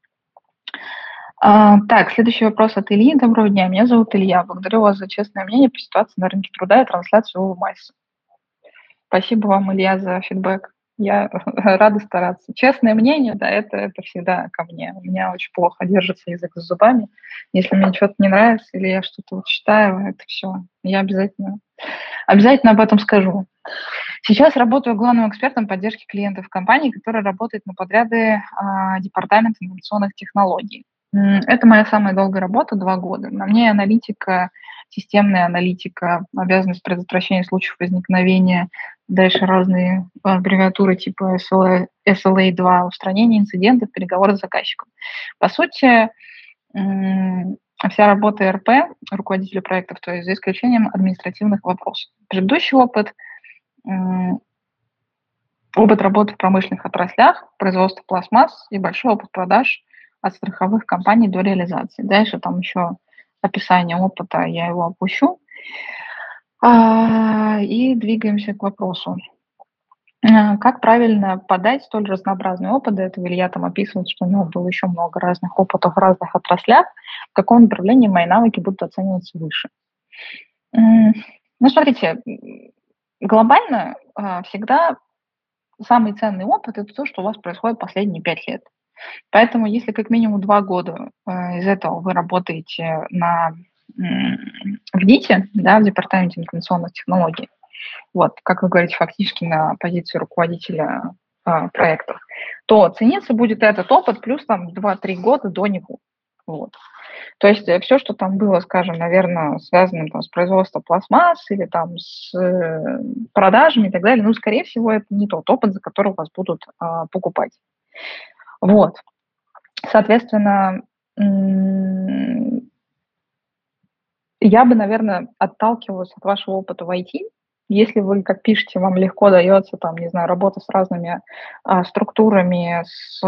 Speaker 2: Так, следующий вопрос от Ильи. Доброго дня, меня зовут Илья. Благодарю вас за честное мнение по ситуации на рынке труда и трансляцию в массе. Спасибо вам, Илья, за фидбэк. Я рада стараться. Честное мнение, да, это всегда ко мне. У меня очень плохо держится язык за зубами. Если мне что-то не нравится или я что-то вот считаю, это все. Я обязательно об этом скажу. Сейчас работаю главным экспертом поддержки клиентов компании, которая работает на подряды Департамента инновационных технологий. Это моя самая долгая работа, 2 года. На мне аналитика, системная аналитика, обязанность предотвращения случаев возникновения, дальше разные аббревиатуры типа SLA-2, устранение инцидентов, переговоры с заказчиком. По сути, вся работа РП, руководителя проектов, то есть за исключением административных вопросов. Предыдущий опыт работы в промышленных отраслях, производство пластмасс и большой опыт продаж от страховых компаний до реализации. Дальше там еще описание опыта, я его опущу. И двигаемся к вопросу. Как правильно подать столь разнообразный опыт? До этого Илья там описывает, что у него было еще много разных опытов в разных отраслях. В каком направлении мои навыки будут оцениваться выше? Ну, смотрите, глобально всегда самый ценный опыт – это то, что у вас происходит последние 5 лет. Поэтому если как минимум 2 года из этого вы работаете в ДИТе, да, в Департаменте информационных технологий, вот, как вы говорите, фактически на позиции руководителя проектов, то цениться будет этот опыт плюс там 2-3 года до него. Вот. То есть все, что там было, скажем, наверное, связано там, с производством пластмасс или там с продажами и так далее, ну, скорее всего, это не тот опыт, за который вас будут покупать. Вот. Соответственно, я бы, наверное, отталкивалась от вашего опыта в IT. Если вы, как пишете, вам легко дается, там, не знаю, работа с разными структурами, с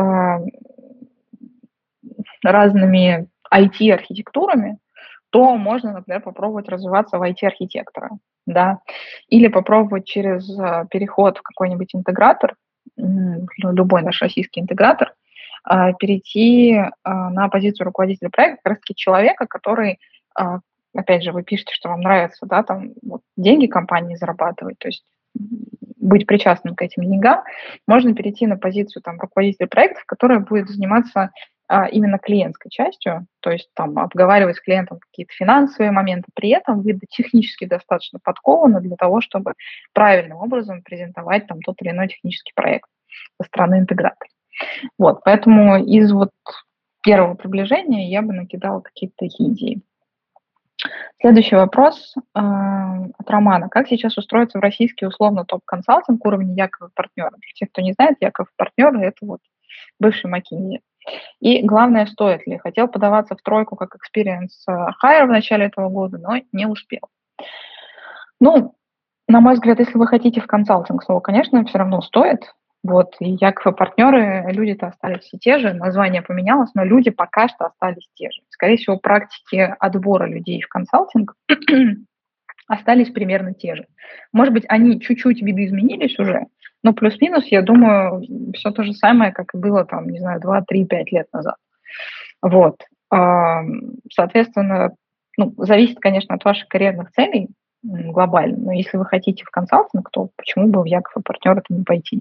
Speaker 2: разными IT-архитектурами, то можно, например, попробовать развиваться в IT-архитектора, да, или попробовать через переход в какой-нибудь интегратор, любой наш российский интегратор, перейти на позицию руководителя проекта, как раз-таки человека, который, опять же, вы пишете, что вам нравится, да, там вот, деньги компании зарабатывать, то есть быть причастным к этим деньгам, можно перейти на позицию там, руководителя проектов, которая будет заниматься именно клиентской частью, то есть там обговаривать с клиентом какие-то финансовые моменты, при этом вы технически достаточно подкованы для того, чтобы правильным образом презентовать там тот или иной технический проект со стороны интегратора. Вот, поэтому из вот первого приближения я бы накидала какие-то такие идеи. Следующий вопрос от Романа. Как сейчас устроиться в российский условно топ-консалтинг уровня Якова партнера? Для тех, кто не знает, Яков партнер – это вот бывший McKinsey. И главное, стоит ли? Хотел подаваться в тройку как experience hire в начале этого года, но не успел. Ну, на мой взгляд, если вы хотите в консалтинг, то, конечно, все равно стоит. Вот, и Яков и партнеры, люди-то остались все те же, название поменялось, но люди пока что остались те же. Скорее всего, практики отбора людей в консалтинг остались примерно те же. Может быть, они чуть-чуть видоизменились уже, но плюс-минус, я думаю, все то же самое, как и было там, не знаю, 2, 3, 5 лет назад. Вот. Соответственно, ну, зависит, конечно, от ваших карьерных целей глобально, но если вы хотите в консалтинг, то почему бы в Яков и партнеры не пойти?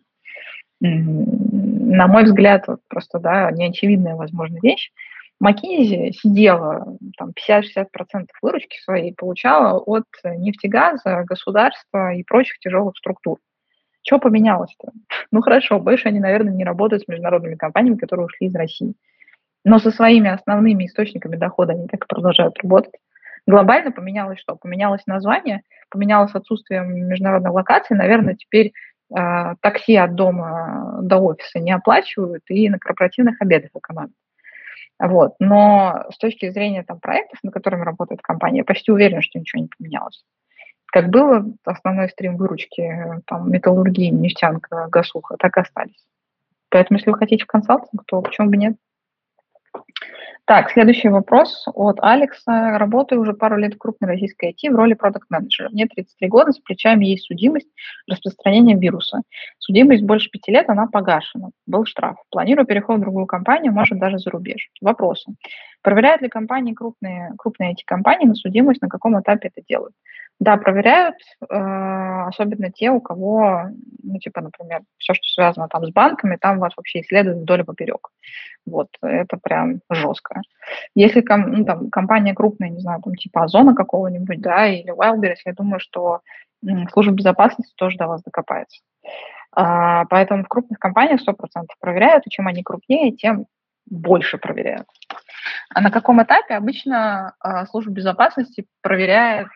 Speaker 2: На мой взгляд, вот просто, да, неочевидная, возможно, вещь. McKinsey сидела, там, 50-60% выручки своей получала от нефтегаза, государства и прочих тяжелых структур. Что поменялось-то? Ну, хорошо, больше они, наверное, не работают с международными компаниями, которые ушли из России. Но со своими основными источниками дохода они так и продолжают работать. Глобально поменялось что? Поменялось название, поменялось отсутствие международных локаций. Наверное, теперь такси от дома до офиса не оплачивают и на корпоративных обедах экономят. Вот. Но с точки зрения там, проектов, на которыми работает компания, я почти уверена, что ничего не поменялось. Как было основной стрим выручки, там, металлургия, нефтянка, гасуха, так и остались. Поэтому, если вы хотите в консалтинг, то почему бы нет? Так, следующий вопрос от Алекса. Работаю уже пару лет в крупной российской IT в роли продакт-менеджера. Мне 33 года, с плечами есть судимость распространения вируса. Судимость больше 5 лет, она погашена. Был штраф. Планирую переход в другую компанию, может даже за рубеж. Вопросы. Проверяют ли компании, крупные IT-компании на судимость, на каком этапе это делают? Да, проверяют, особенно те, у кого, ну, типа, например, все, что связано там с банками, там вас вообще исследуют вдоль и поперек. Вот, это прям жестко. Если ну, там, компания крупная, не знаю, там, типа Озона какого-нибудь, да, или Wildberries, я думаю, что служба безопасности тоже до вас докопается. Поэтому в крупных компаниях 100% проверяют, и чем они крупнее, тем больше проверяют. А на каком этапе обычно служба безопасности проверяет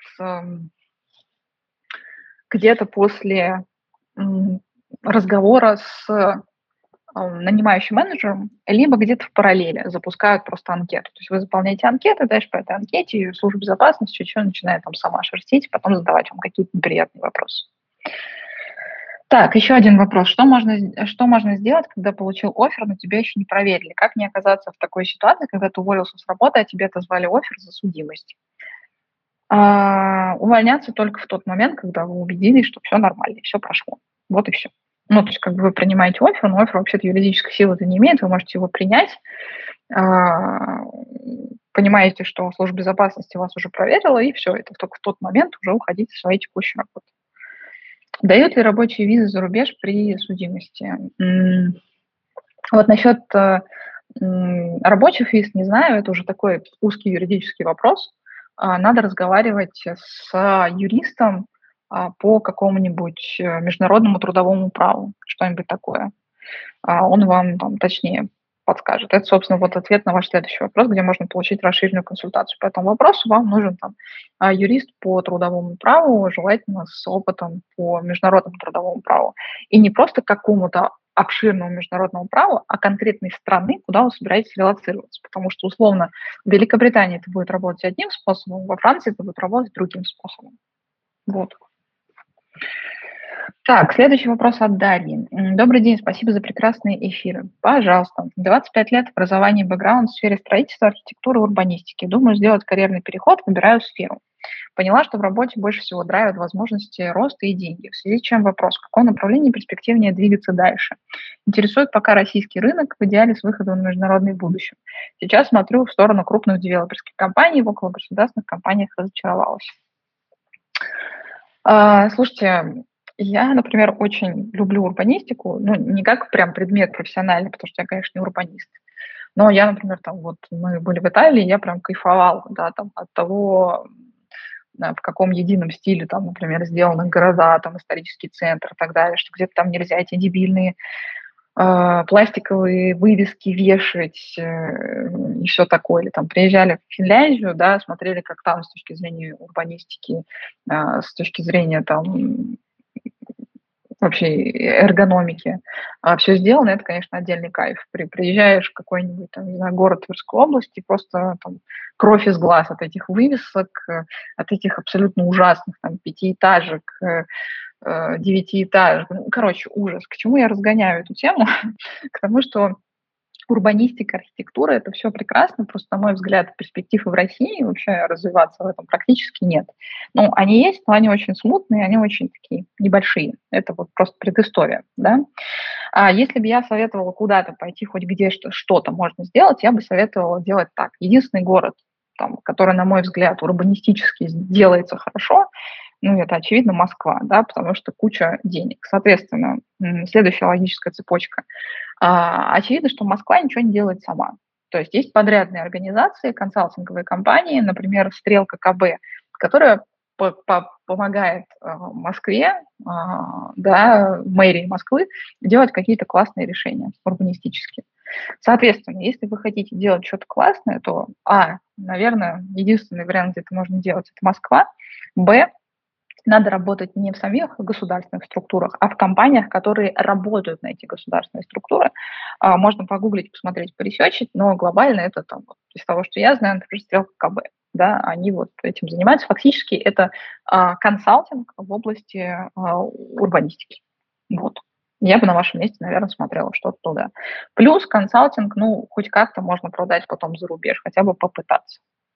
Speaker 2: где-то после разговора с нанимающим менеджером, либо где-то в параллели запускают просто анкету. То есть вы заполняете анкеты, дальше по этой анкете служба безопасности чуть-чуть начинает там сама шерстить, потом задавать вам какие-то неприятные вопросы. Так, еще один вопрос. Что можно сделать, когда получил оффер, но тебя еще не проверили? Как не оказаться в такой ситуации, когда ты уволился с работы, а тебе отозвали оффер за судимость? Увольняться только в тот момент, когда вы убедились, что все нормально, все прошло. Вот и все. Ну, то есть, как бы вы принимаете оффер, но оффер вообще-то юридической силы это не имеет, вы можете его принять, понимаете, что служба безопасности вас уже проверила, и все, это только в тот момент уже уходите в свои текущие работы. Дают ли рабочие визы за рубеж при судимости? Вот насчет рабочих виз не знаю, это уже такой узкий юридический вопрос. Надо разговаривать с юристом по какому-нибудь международному трудовому праву, что-нибудь такое. Он вам там точнее подскажет. Это, собственно, вот ответ на ваш следующий вопрос, где можно получить расширенную консультацию. По этому вопросу вам нужен там юрист по трудовому праву, желательно с опытом по международному трудовому праву. И не просто какому-то обширному международному праву, а конкретной страны, куда вы собираетесь релоцироваться. Потому что, условно, в Великобритании это будет работать одним способом, во Франции это будет работать другим способом. Вот. Так, следующий вопрос от Дарьи. Добрый день, спасибо за прекрасные эфиры. Пожалуйста. 25 лет образования и бэкграунд в сфере строительства, архитектуры, урбанистики. Думаю сделать карьерный переход, выбираю сферу. Поняла, что в работе больше всего драйвят возможности роста и деньги. В связи с чем вопрос, в каком направлении перспективнее двигаться дальше? Интересует пока российский рынок, в идеале с выходом на международный будущее. Сейчас смотрю в сторону крупных девелоперских компаний, в около государственных компаниях разочаровалась. Слушайте, я, например, очень люблю урбанистику, ну, не как прям предмет профессиональный, потому что я, конечно, не урбанист. Но я, например, там вот мы были в Италии, я прям кайфовала, да, там от того, в каком едином стиле там, например, сделаны города, там исторический центр и так далее, что где-то там нельзя эти дебильные пластиковые вывески вешать и все такое. Или там приезжали в Финляндию, да, смотрели, как там с точки зрения урбанистики, с точки зрения там вообще эргономики все сделано, это, конечно, отдельный кайф. Приезжаешь в какой-нибудь, там, не знаю, город Тверской области, просто там кровь из глаз от этих вывесок, от этих абсолютно ужасных там пятиэтажек, девятиэтажек. Ну, короче, ужас. К чему я разгоняю эту тему? К тому, что урбанистика, архитектура – это все прекрасно, просто, на мой взгляд, перспектив и в России вообще развиваться в этом практически нет. Ну, они есть, но они очень смутные, они очень такие небольшие. Это вот просто предыстория, да. А если бы я советовала куда-то пойти, хоть где что-то можно сделать, я бы советовала делать так. Единственный город, там, который, на мой взгляд, урбанистически делается хорошо, ну, это, очевидно, Москва, да, потому что куча денег. Соответственно, следующая логическая цепочка. Очевидно, что Москва ничего не делает сама. То есть подрядные организации, консалтинговые компании, например, Стрелка КБ, которая помогает Москве, да, мэрии Москвы делать какие-то классные решения урбанистические. Соответственно, если вы хотите делать что-то классное, то, наверное, единственный вариант, где это можно делать, это Москва, надо работать не в самих государственных структурах, а в компаниях, которые работают на эти государственные структуры. Можно погуглить, посмотреть, поресечить, но глобально это там, из того, что я знаю, например, Стрелка КБ. Да, они вот этим занимаются. Фактически это консалтинг в области урбанистики. Вот. Я бы на вашем месте, наверное, смотрела что-то туда. Плюс консалтинг, ну, хоть как-то можно продать потом за рубеж, хотя бы попытаться.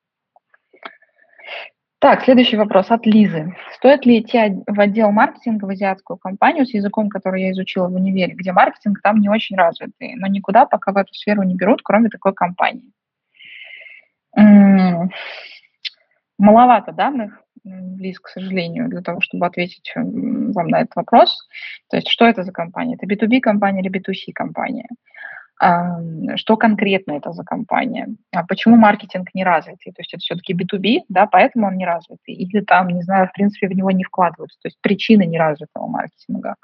Speaker 2: Так, следующий вопрос от Лизы. Стоит ли идти в отдел маркетинга в азиатскую компанию с языком, который я изучила в универе, где маркетинг там не очень развитый, но никуда пока в эту сферу не берут, кроме такой компании? Маловато данных, Лиз, к сожалению, для того, чтобы ответить вам на этот вопрос. То есть что это за компания? Это B2B компания или B2C компания? Что конкретно это за компания? Почему маркетинг не развитый? То есть это все-таки B2B, да, поэтому он не развитый. Или там, не знаю, в принципе, в него не вкладываются. То есть причины неразвитого маркетинга.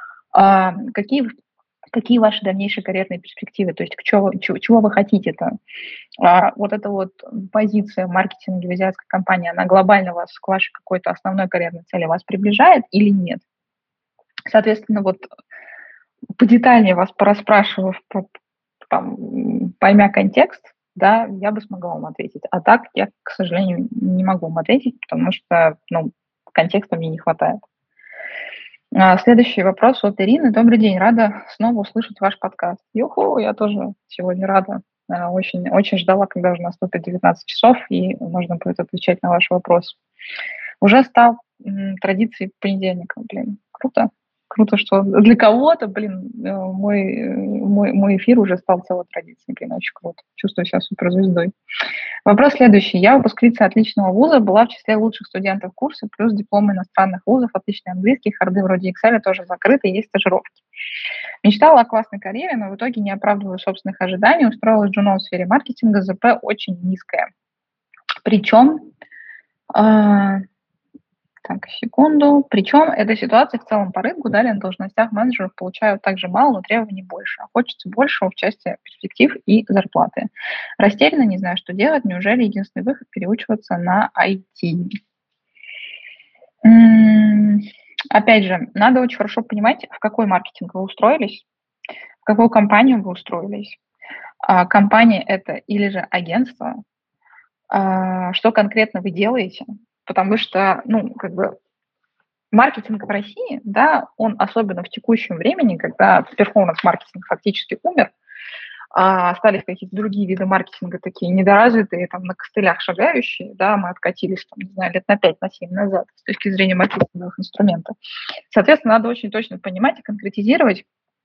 Speaker 2: Какие ваши дальнейшие карьерные перспективы? То есть чего вы хотите-то? Вот эта вот позиция маркетинга в азиатской компании, она глобально вас к вашей какой-то основной карьерной цели вас приближает или нет? Соответственно, вот подетальнее вас порасспрашивав, поймя контекст, да, я бы смогла вам ответить. А так я, к сожалению, не могу вам ответить, потому что, контекста мне не хватает. Следующий вопрос от Ирины. Добрый день, рада снова услышать ваш подкаст. Юху, я тоже сегодня рада. Очень, очень ждала, когда уже наступит 19 часов, и можно будет отвечать на ваш вопрос. Уже стал традицией понедельника. Блин, круто. Круто, что для кого-то, мой эфир уже стал целой традицией. Блин, очень круто. Чувствую себя суперзвездой. Вопрос следующий. Я выпускница отличного вуза, была в числе лучших студентов курса, плюс дипломы иностранных вузов, отличный английский, харды вроде Excel тоже закрыты, есть стажировки. Мечтала о классной карьере, но в итоге не оправдываю собственных ожиданий. Устроилась джуном в сфере маркетинга, ЗП очень низкое. Причем, Причем эта ситуация в целом по рынку, далее на должностях менеджеров получают также мало, но требований больше. А хочется большего в части перспектив и зарплаты. Растерянно, не знаю, что делать. Неужели единственный выход переучиваться на IT? Опять же, надо очень хорошо понимать, в какой маркетинг вы устроились, в какую компанию вы устроились. Компания это или же агентство, что конкретно вы делаете, потому что, маркетинг в России, да, он особенно в текущем времени, когда перформанс-маркетинг фактически умер, остались какие-то другие виды маркетинга, такие недоразвитые, там, на костылях шагающие, да, мы откатились, там, не знаю, лет на 5, на 7 назад с точки зрения маркетинговых инструментов. Соответственно, надо очень точно понимать и конкретизировать,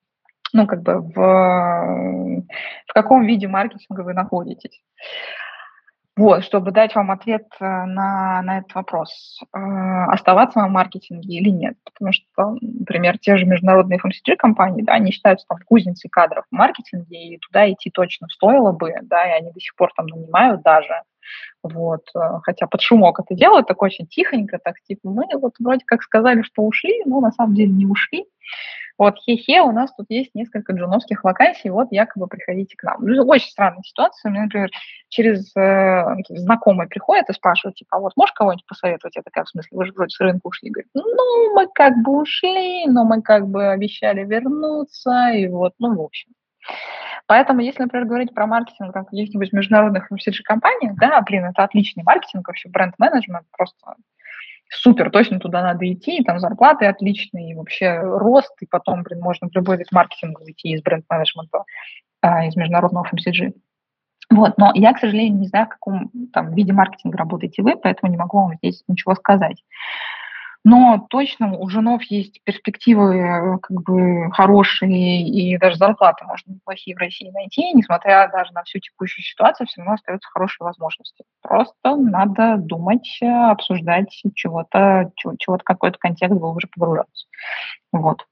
Speaker 2: в каком виде маркетинга вы находитесь. Вот, чтобы дать вам ответ на этот вопрос, оставаться вам в маркетинге или нет. Потому что, например, те же международные FMCG-компании, да, они считаются там кузницей кадров в маркетинге, и туда идти точно стоило бы, да, и они до сих пор там нанимают даже. Вот, хотя под шумок это делают, так очень тихонько, так типа мы вот вроде как сказали, что ушли, но на самом деле не ушли. Вот, хе-хе, у нас тут есть несколько джуновских вакансий, вот якобы приходите к нам. Очень странная ситуация. Мне, например, через знакомые приходят и спрашивают, типа, а вот можешь кого-нибудь посоветовать? Я такая, в смысле, вы же вроде с рынка ушли. Говорит, мы как бы ушли, но мы как бы обещали вернуться, и вот, в общем. Поэтому, если, например, говорить про маркетинг там, каких-нибудь международных FMCG-компаниях, да, это отличный маркетинг, вообще бренд-менеджмент, просто супер, точно туда надо идти, и там зарплаты отличные, и вообще рост, и потом, можно в любой вид маркетинга уйти из бренд-менеджмента, из международного FMCG. Вот, но я, к сожалению, не знаю, в каком там виде маркетинга работаете вы, поэтому не могу вам здесь ничего сказать. Но точно у женов есть перспективы хорошие, и даже зарплаты можно неплохие в России найти, несмотря даже на всю текущую ситуацию, все равно остаются хорошие возможности. Просто надо думать, обсуждать чего-то, какой-то контекст глубже погружаться. Вот.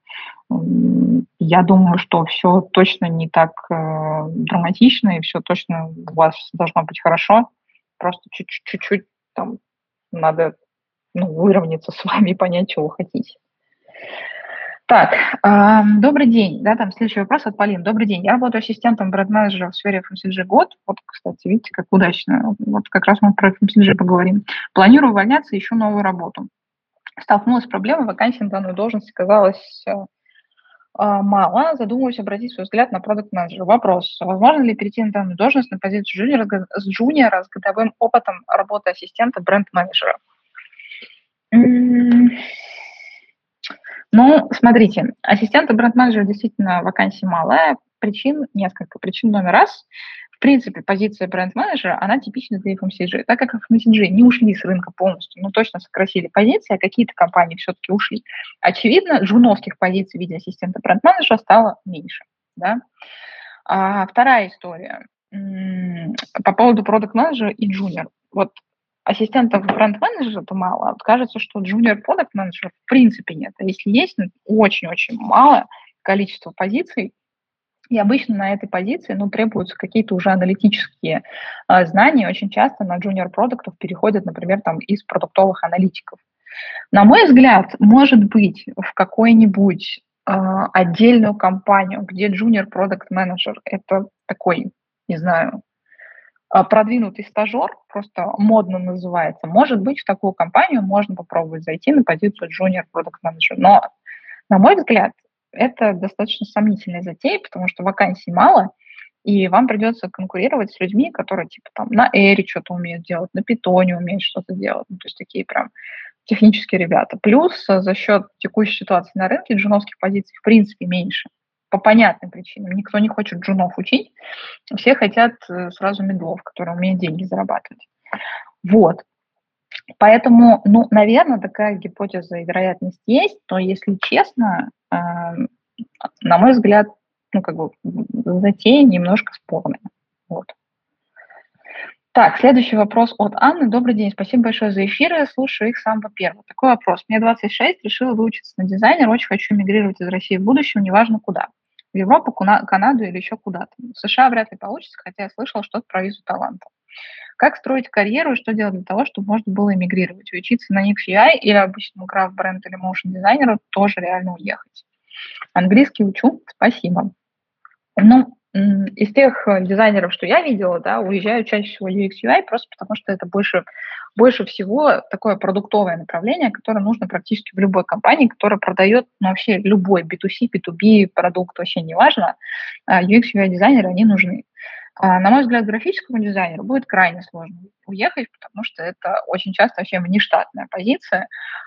Speaker 2: Я думаю, что все точно не так драматично, и все точно у вас должно быть хорошо. Просто чуть-чуть там надо выровняться с вами и понять, чего вы хотите. Так, добрый день. Да, там следующий вопрос от Полины. Добрый день. Я работаю ассистентом бренд-менеджера в сфере FMCG год. Вот, кстати, видите, как удачно. Вот как раз мы про FMCG поговорим. Планирую увольняться, ищу новую работу. Столкнулась с проблемой, вакансий на данную должность оказалось мало. Задумываюсь обратить свой взгляд на продакт-менеджера. Вопрос. Возможно ли перейти на данную должность на позицию джуниора с годовым опытом работы ассистента бренд-менеджера? Смотрите, ассистента бренд-менеджера действительно вакансий малая. Несколько причин. Номер раз. В принципе, позиция бренд-менеджера, она типична для FMCG. Так как FMCG не ушли с рынка полностью, точно сократили позиции, а какие-то компании все-таки ушли. Очевидно, джуновских позиций в виде ассистента бренд-менеджера стало меньше. Да? Вторая история. По поводу продакт-менеджера и джуниор. Вот ассистентов бренд-менеджера-то мало, кажется, что джуниор-продакт-менеджеров в принципе нет. А если есть, очень-очень малое количество позиций, и обычно на этой позиции требуются какие-то уже аналитические знания. Очень часто на джуниор-продуктов переходят, например, из продуктовых аналитиков. На мой взгляд, может быть, в какой-нибудь отдельную компанию, где джуниор-продакт-менеджер – это такой, не знаю, продвинутый стажер, просто модно называется, может быть, в такую компанию можно попробовать зайти на позицию junior product manager. Но, на мой взгляд, это достаточно сомнительная затея, потому что вакансий мало, и вам придется конкурировать с людьми, которые на Эре что-то умеют делать, на Питоне умеют что-то делать. То есть такие прям технические ребята. Плюс за счет текущей ситуации на рынке джуновских позиций в принципе меньше. По понятным причинам. Никто не хочет джунов учить. Все хотят сразу медлов, которые умеют деньги зарабатывать. Вот. Поэтому, наверное, такая гипотеза и вероятность есть, но, если честно, на мой взгляд, затея немножко спорная. Вот. Так, следующий вопрос от Анны. Добрый день, спасибо большое за эфиры, слушаю их с самого первого. Такой вопрос. Мне 26, решила выучиться на дизайнера, очень хочу мигрировать из России в будущем, неважно куда. В Европу, Канаду или еще куда-то. В США вряд ли получится, хотя я слышала что-то про визу таланта. Как строить карьеру и что делать для того, чтобы можно было эмигрировать? Учиться на UX UI или обычному крафт-бренд или моушн-дизайнеру тоже реально уехать. Английский учу, спасибо. Из тех дизайнеров, что я видела, да, уезжают чаще всего UX UI, просто потому что это больше всего такое продуктовое направление, которое нужно практически в любой компании, которая продает вообще любой B2C, B2B продукт, вообще неважно, UX UI дизайнеры, они нужны. На мой взгляд, графическому дизайнеру будет крайне сложно уехать, потому что это очень часто вообще внештатная позиция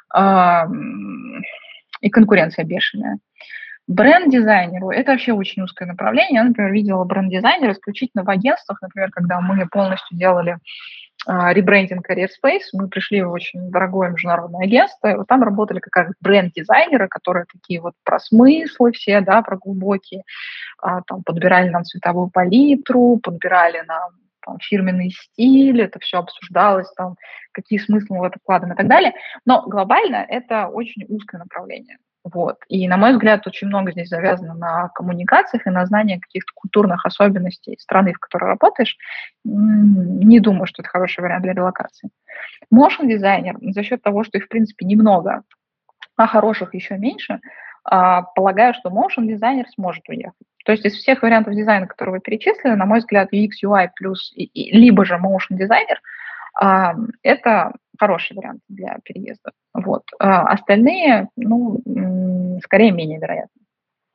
Speaker 2: и конкуренция бешеная. Бренд-дизайнеру – это вообще очень узкое направление. Я, например, видела бренд-дизайнера исключительно в агентствах. Например, когда мы полностью делали ребрендинг Career Space, мы пришли в очень дорогое международное агентство, и вот там работали как раз бренд-дизайнеры, которые такие вот про смыслы все, да, про глубокие, там подбирали нам цветовую палитру, подбирали нам там, фирменный стиль, это все обсуждалось, там, какие смыслы мы в это вкладываем и так далее. Но глобально это очень узкое направление. Вот. И, на мой взгляд, очень много здесь завязано на коммуникациях и на знании каких-то культурных особенностей страны, в которой работаешь. Не думаю, что это хороший вариант для релокации. Motion-дизайнер, за счет того, что их, в принципе, немного, а хороших еще меньше, полагаю, что motion-дизайнер сможет уехать. То есть из всех вариантов дизайна, которые вы перечислили, на мой взгляд, UX, UI плюс либо же motion-дизайнер это хороший вариант для переезда. Вот. Остальные, скорее, менее вероятны.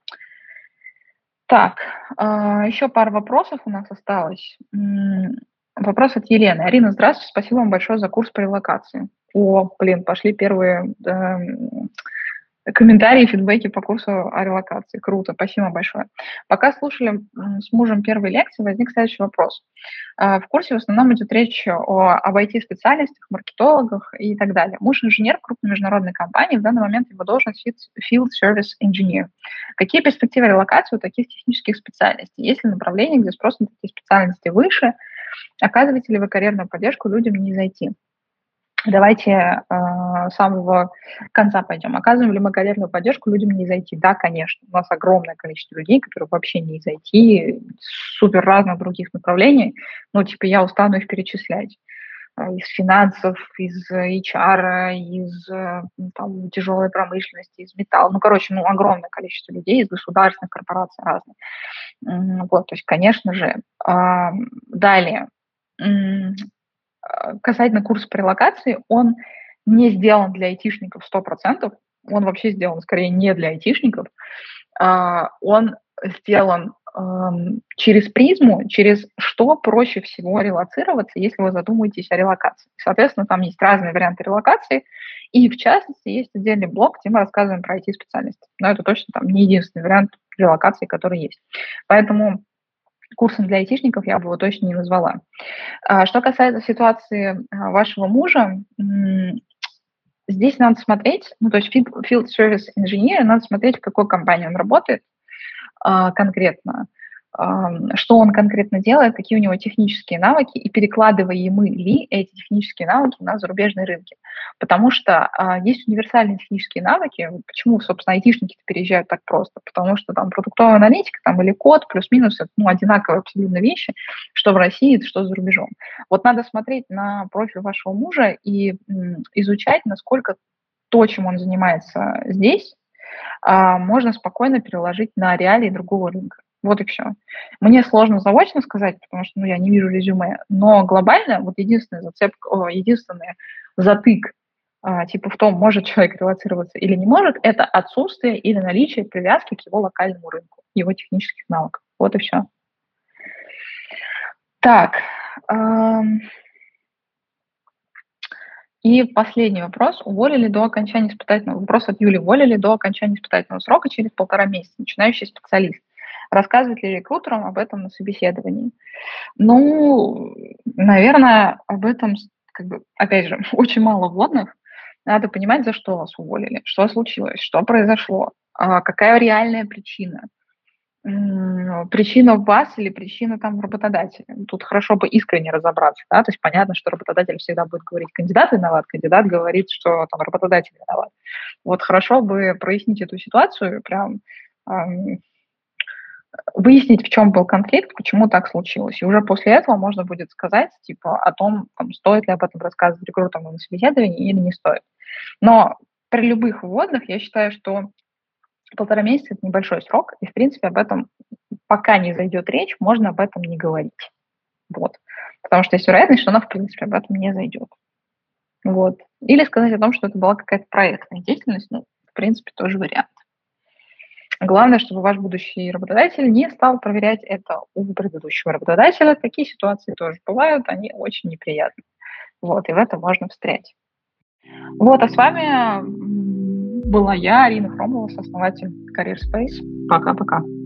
Speaker 2: Так, еще пара вопросов у нас осталось. Вопрос от Елены. Арина, здравствуйте, спасибо вам большое за курс по релокации. Пошли первые комментарии, фидбэки по курсу о релокации. Круто, спасибо большое. Пока слушали с мужем первой лекции, возник следующий вопрос. В курсе в основном идет речь об IT-специалистах, маркетологах и так далее. Муж инженер в крупной международной компании, в данный момент его должность Field Service Engineer. Какие перспективы релокации у таких технических специальностей? Есть ли направление, где спрос на такие специальности выше? Оказываете ли вы карьерную поддержку людям не зайти? Давайте с самого конца пойдем. Оказываем ли мы карьерную поддержку людям не зайти? Да, конечно. У нас огромное количество людей, которые вообще не зайти, супер разных других направлений. Я устану их перечислять. Из финансов, из HR, из тяжелой промышленности, из металла. Огромное количество людей, из государственных корпораций разных. Вот, то есть, конечно же. Далее. Касательно курса по релокации, он не сделан для айтишников 100%, он вообще сделан скорее не для айтишников, он сделан через призму, через что проще всего релоцироваться, если вы задумаетесь о релокации. Соответственно, там есть разные варианты релокации, и в частности есть отдельный блок, где мы рассказываем про IT-специальности. Но это точно не единственный вариант релокации, который есть. Поэтому курсом для айтишников я бы его точно не назвала. Что касается ситуации вашего мужа, здесь надо смотреть, то есть Field Service Engineer, надо смотреть, в какой компании он работает конкретно, что он конкретно делает, какие у него технические навыки, и перекладываемы ли эти технические навыки на зарубежные рынки. Потому что есть универсальные технические навыки. Почему, собственно, айтишники переезжают так просто? Потому что там продуктовая аналитика или код, плюс-минус, это одинаковые абсолютно вещи, что в России, что за рубежом. Вот надо смотреть на профиль вашего мужа и изучать, насколько то, чем он занимается здесь, можно спокойно переложить на реалии другого рынка. Вот и все. Мне сложно заочно сказать, потому что я не вижу резюме, но глобально единственный затык в том, может человек релоцироваться или не может, это отсутствие или наличие привязки к его локальному рынку, его технических навыков. Вот и все. Так. И последний вопрос. Вопрос от Юли. Уволили до окончания испытательного срока через 1,5 месяца начинающий специалист. Рассказывает ли рекрутерам об этом на собеседовании? Наверное, об этом, опять же, очень мало вводных. Надо понимать, за что вас уволили, что случилось, что произошло, какая реальная причина. Причина в вас или причина там в работодателе. Тут хорошо бы искренне разобраться, да, то есть понятно, что работодатель всегда будет говорить, кандидат виноват, кандидат говорит, что там работодатель виноват. Вот хорошо бы прояснить эту ситуацию, прям выяснить, в чем был конфликт, почему так случилось. И уже после этого можно будет сказать, типа, о том, там, стоит ли об этом рассказывать рекрутерам на собеседовании или не стоит. Но при любых вводных я считаю, что 1,5 месяца – это небольшой срок, и, в принципе, об этом, пока не зайдет речь, можно об этом не говорить. Вот. Потому что есть вероятность, что она, в принципе, об этом не зайдет. Вот. Или сказать о том, что это была какая-то проектная деятельность, ну, в принципе, тоже вариант. Главное, чтобы ваш будущий работодатель не стал проверять это у предыдущего работодателя. Такие ситуации тоже бывают, они очень неприятны. Вот, и в это можно встрять. Вот, а с вами была я, Арина Хромова, сооснователь Career Space. Пока-пока.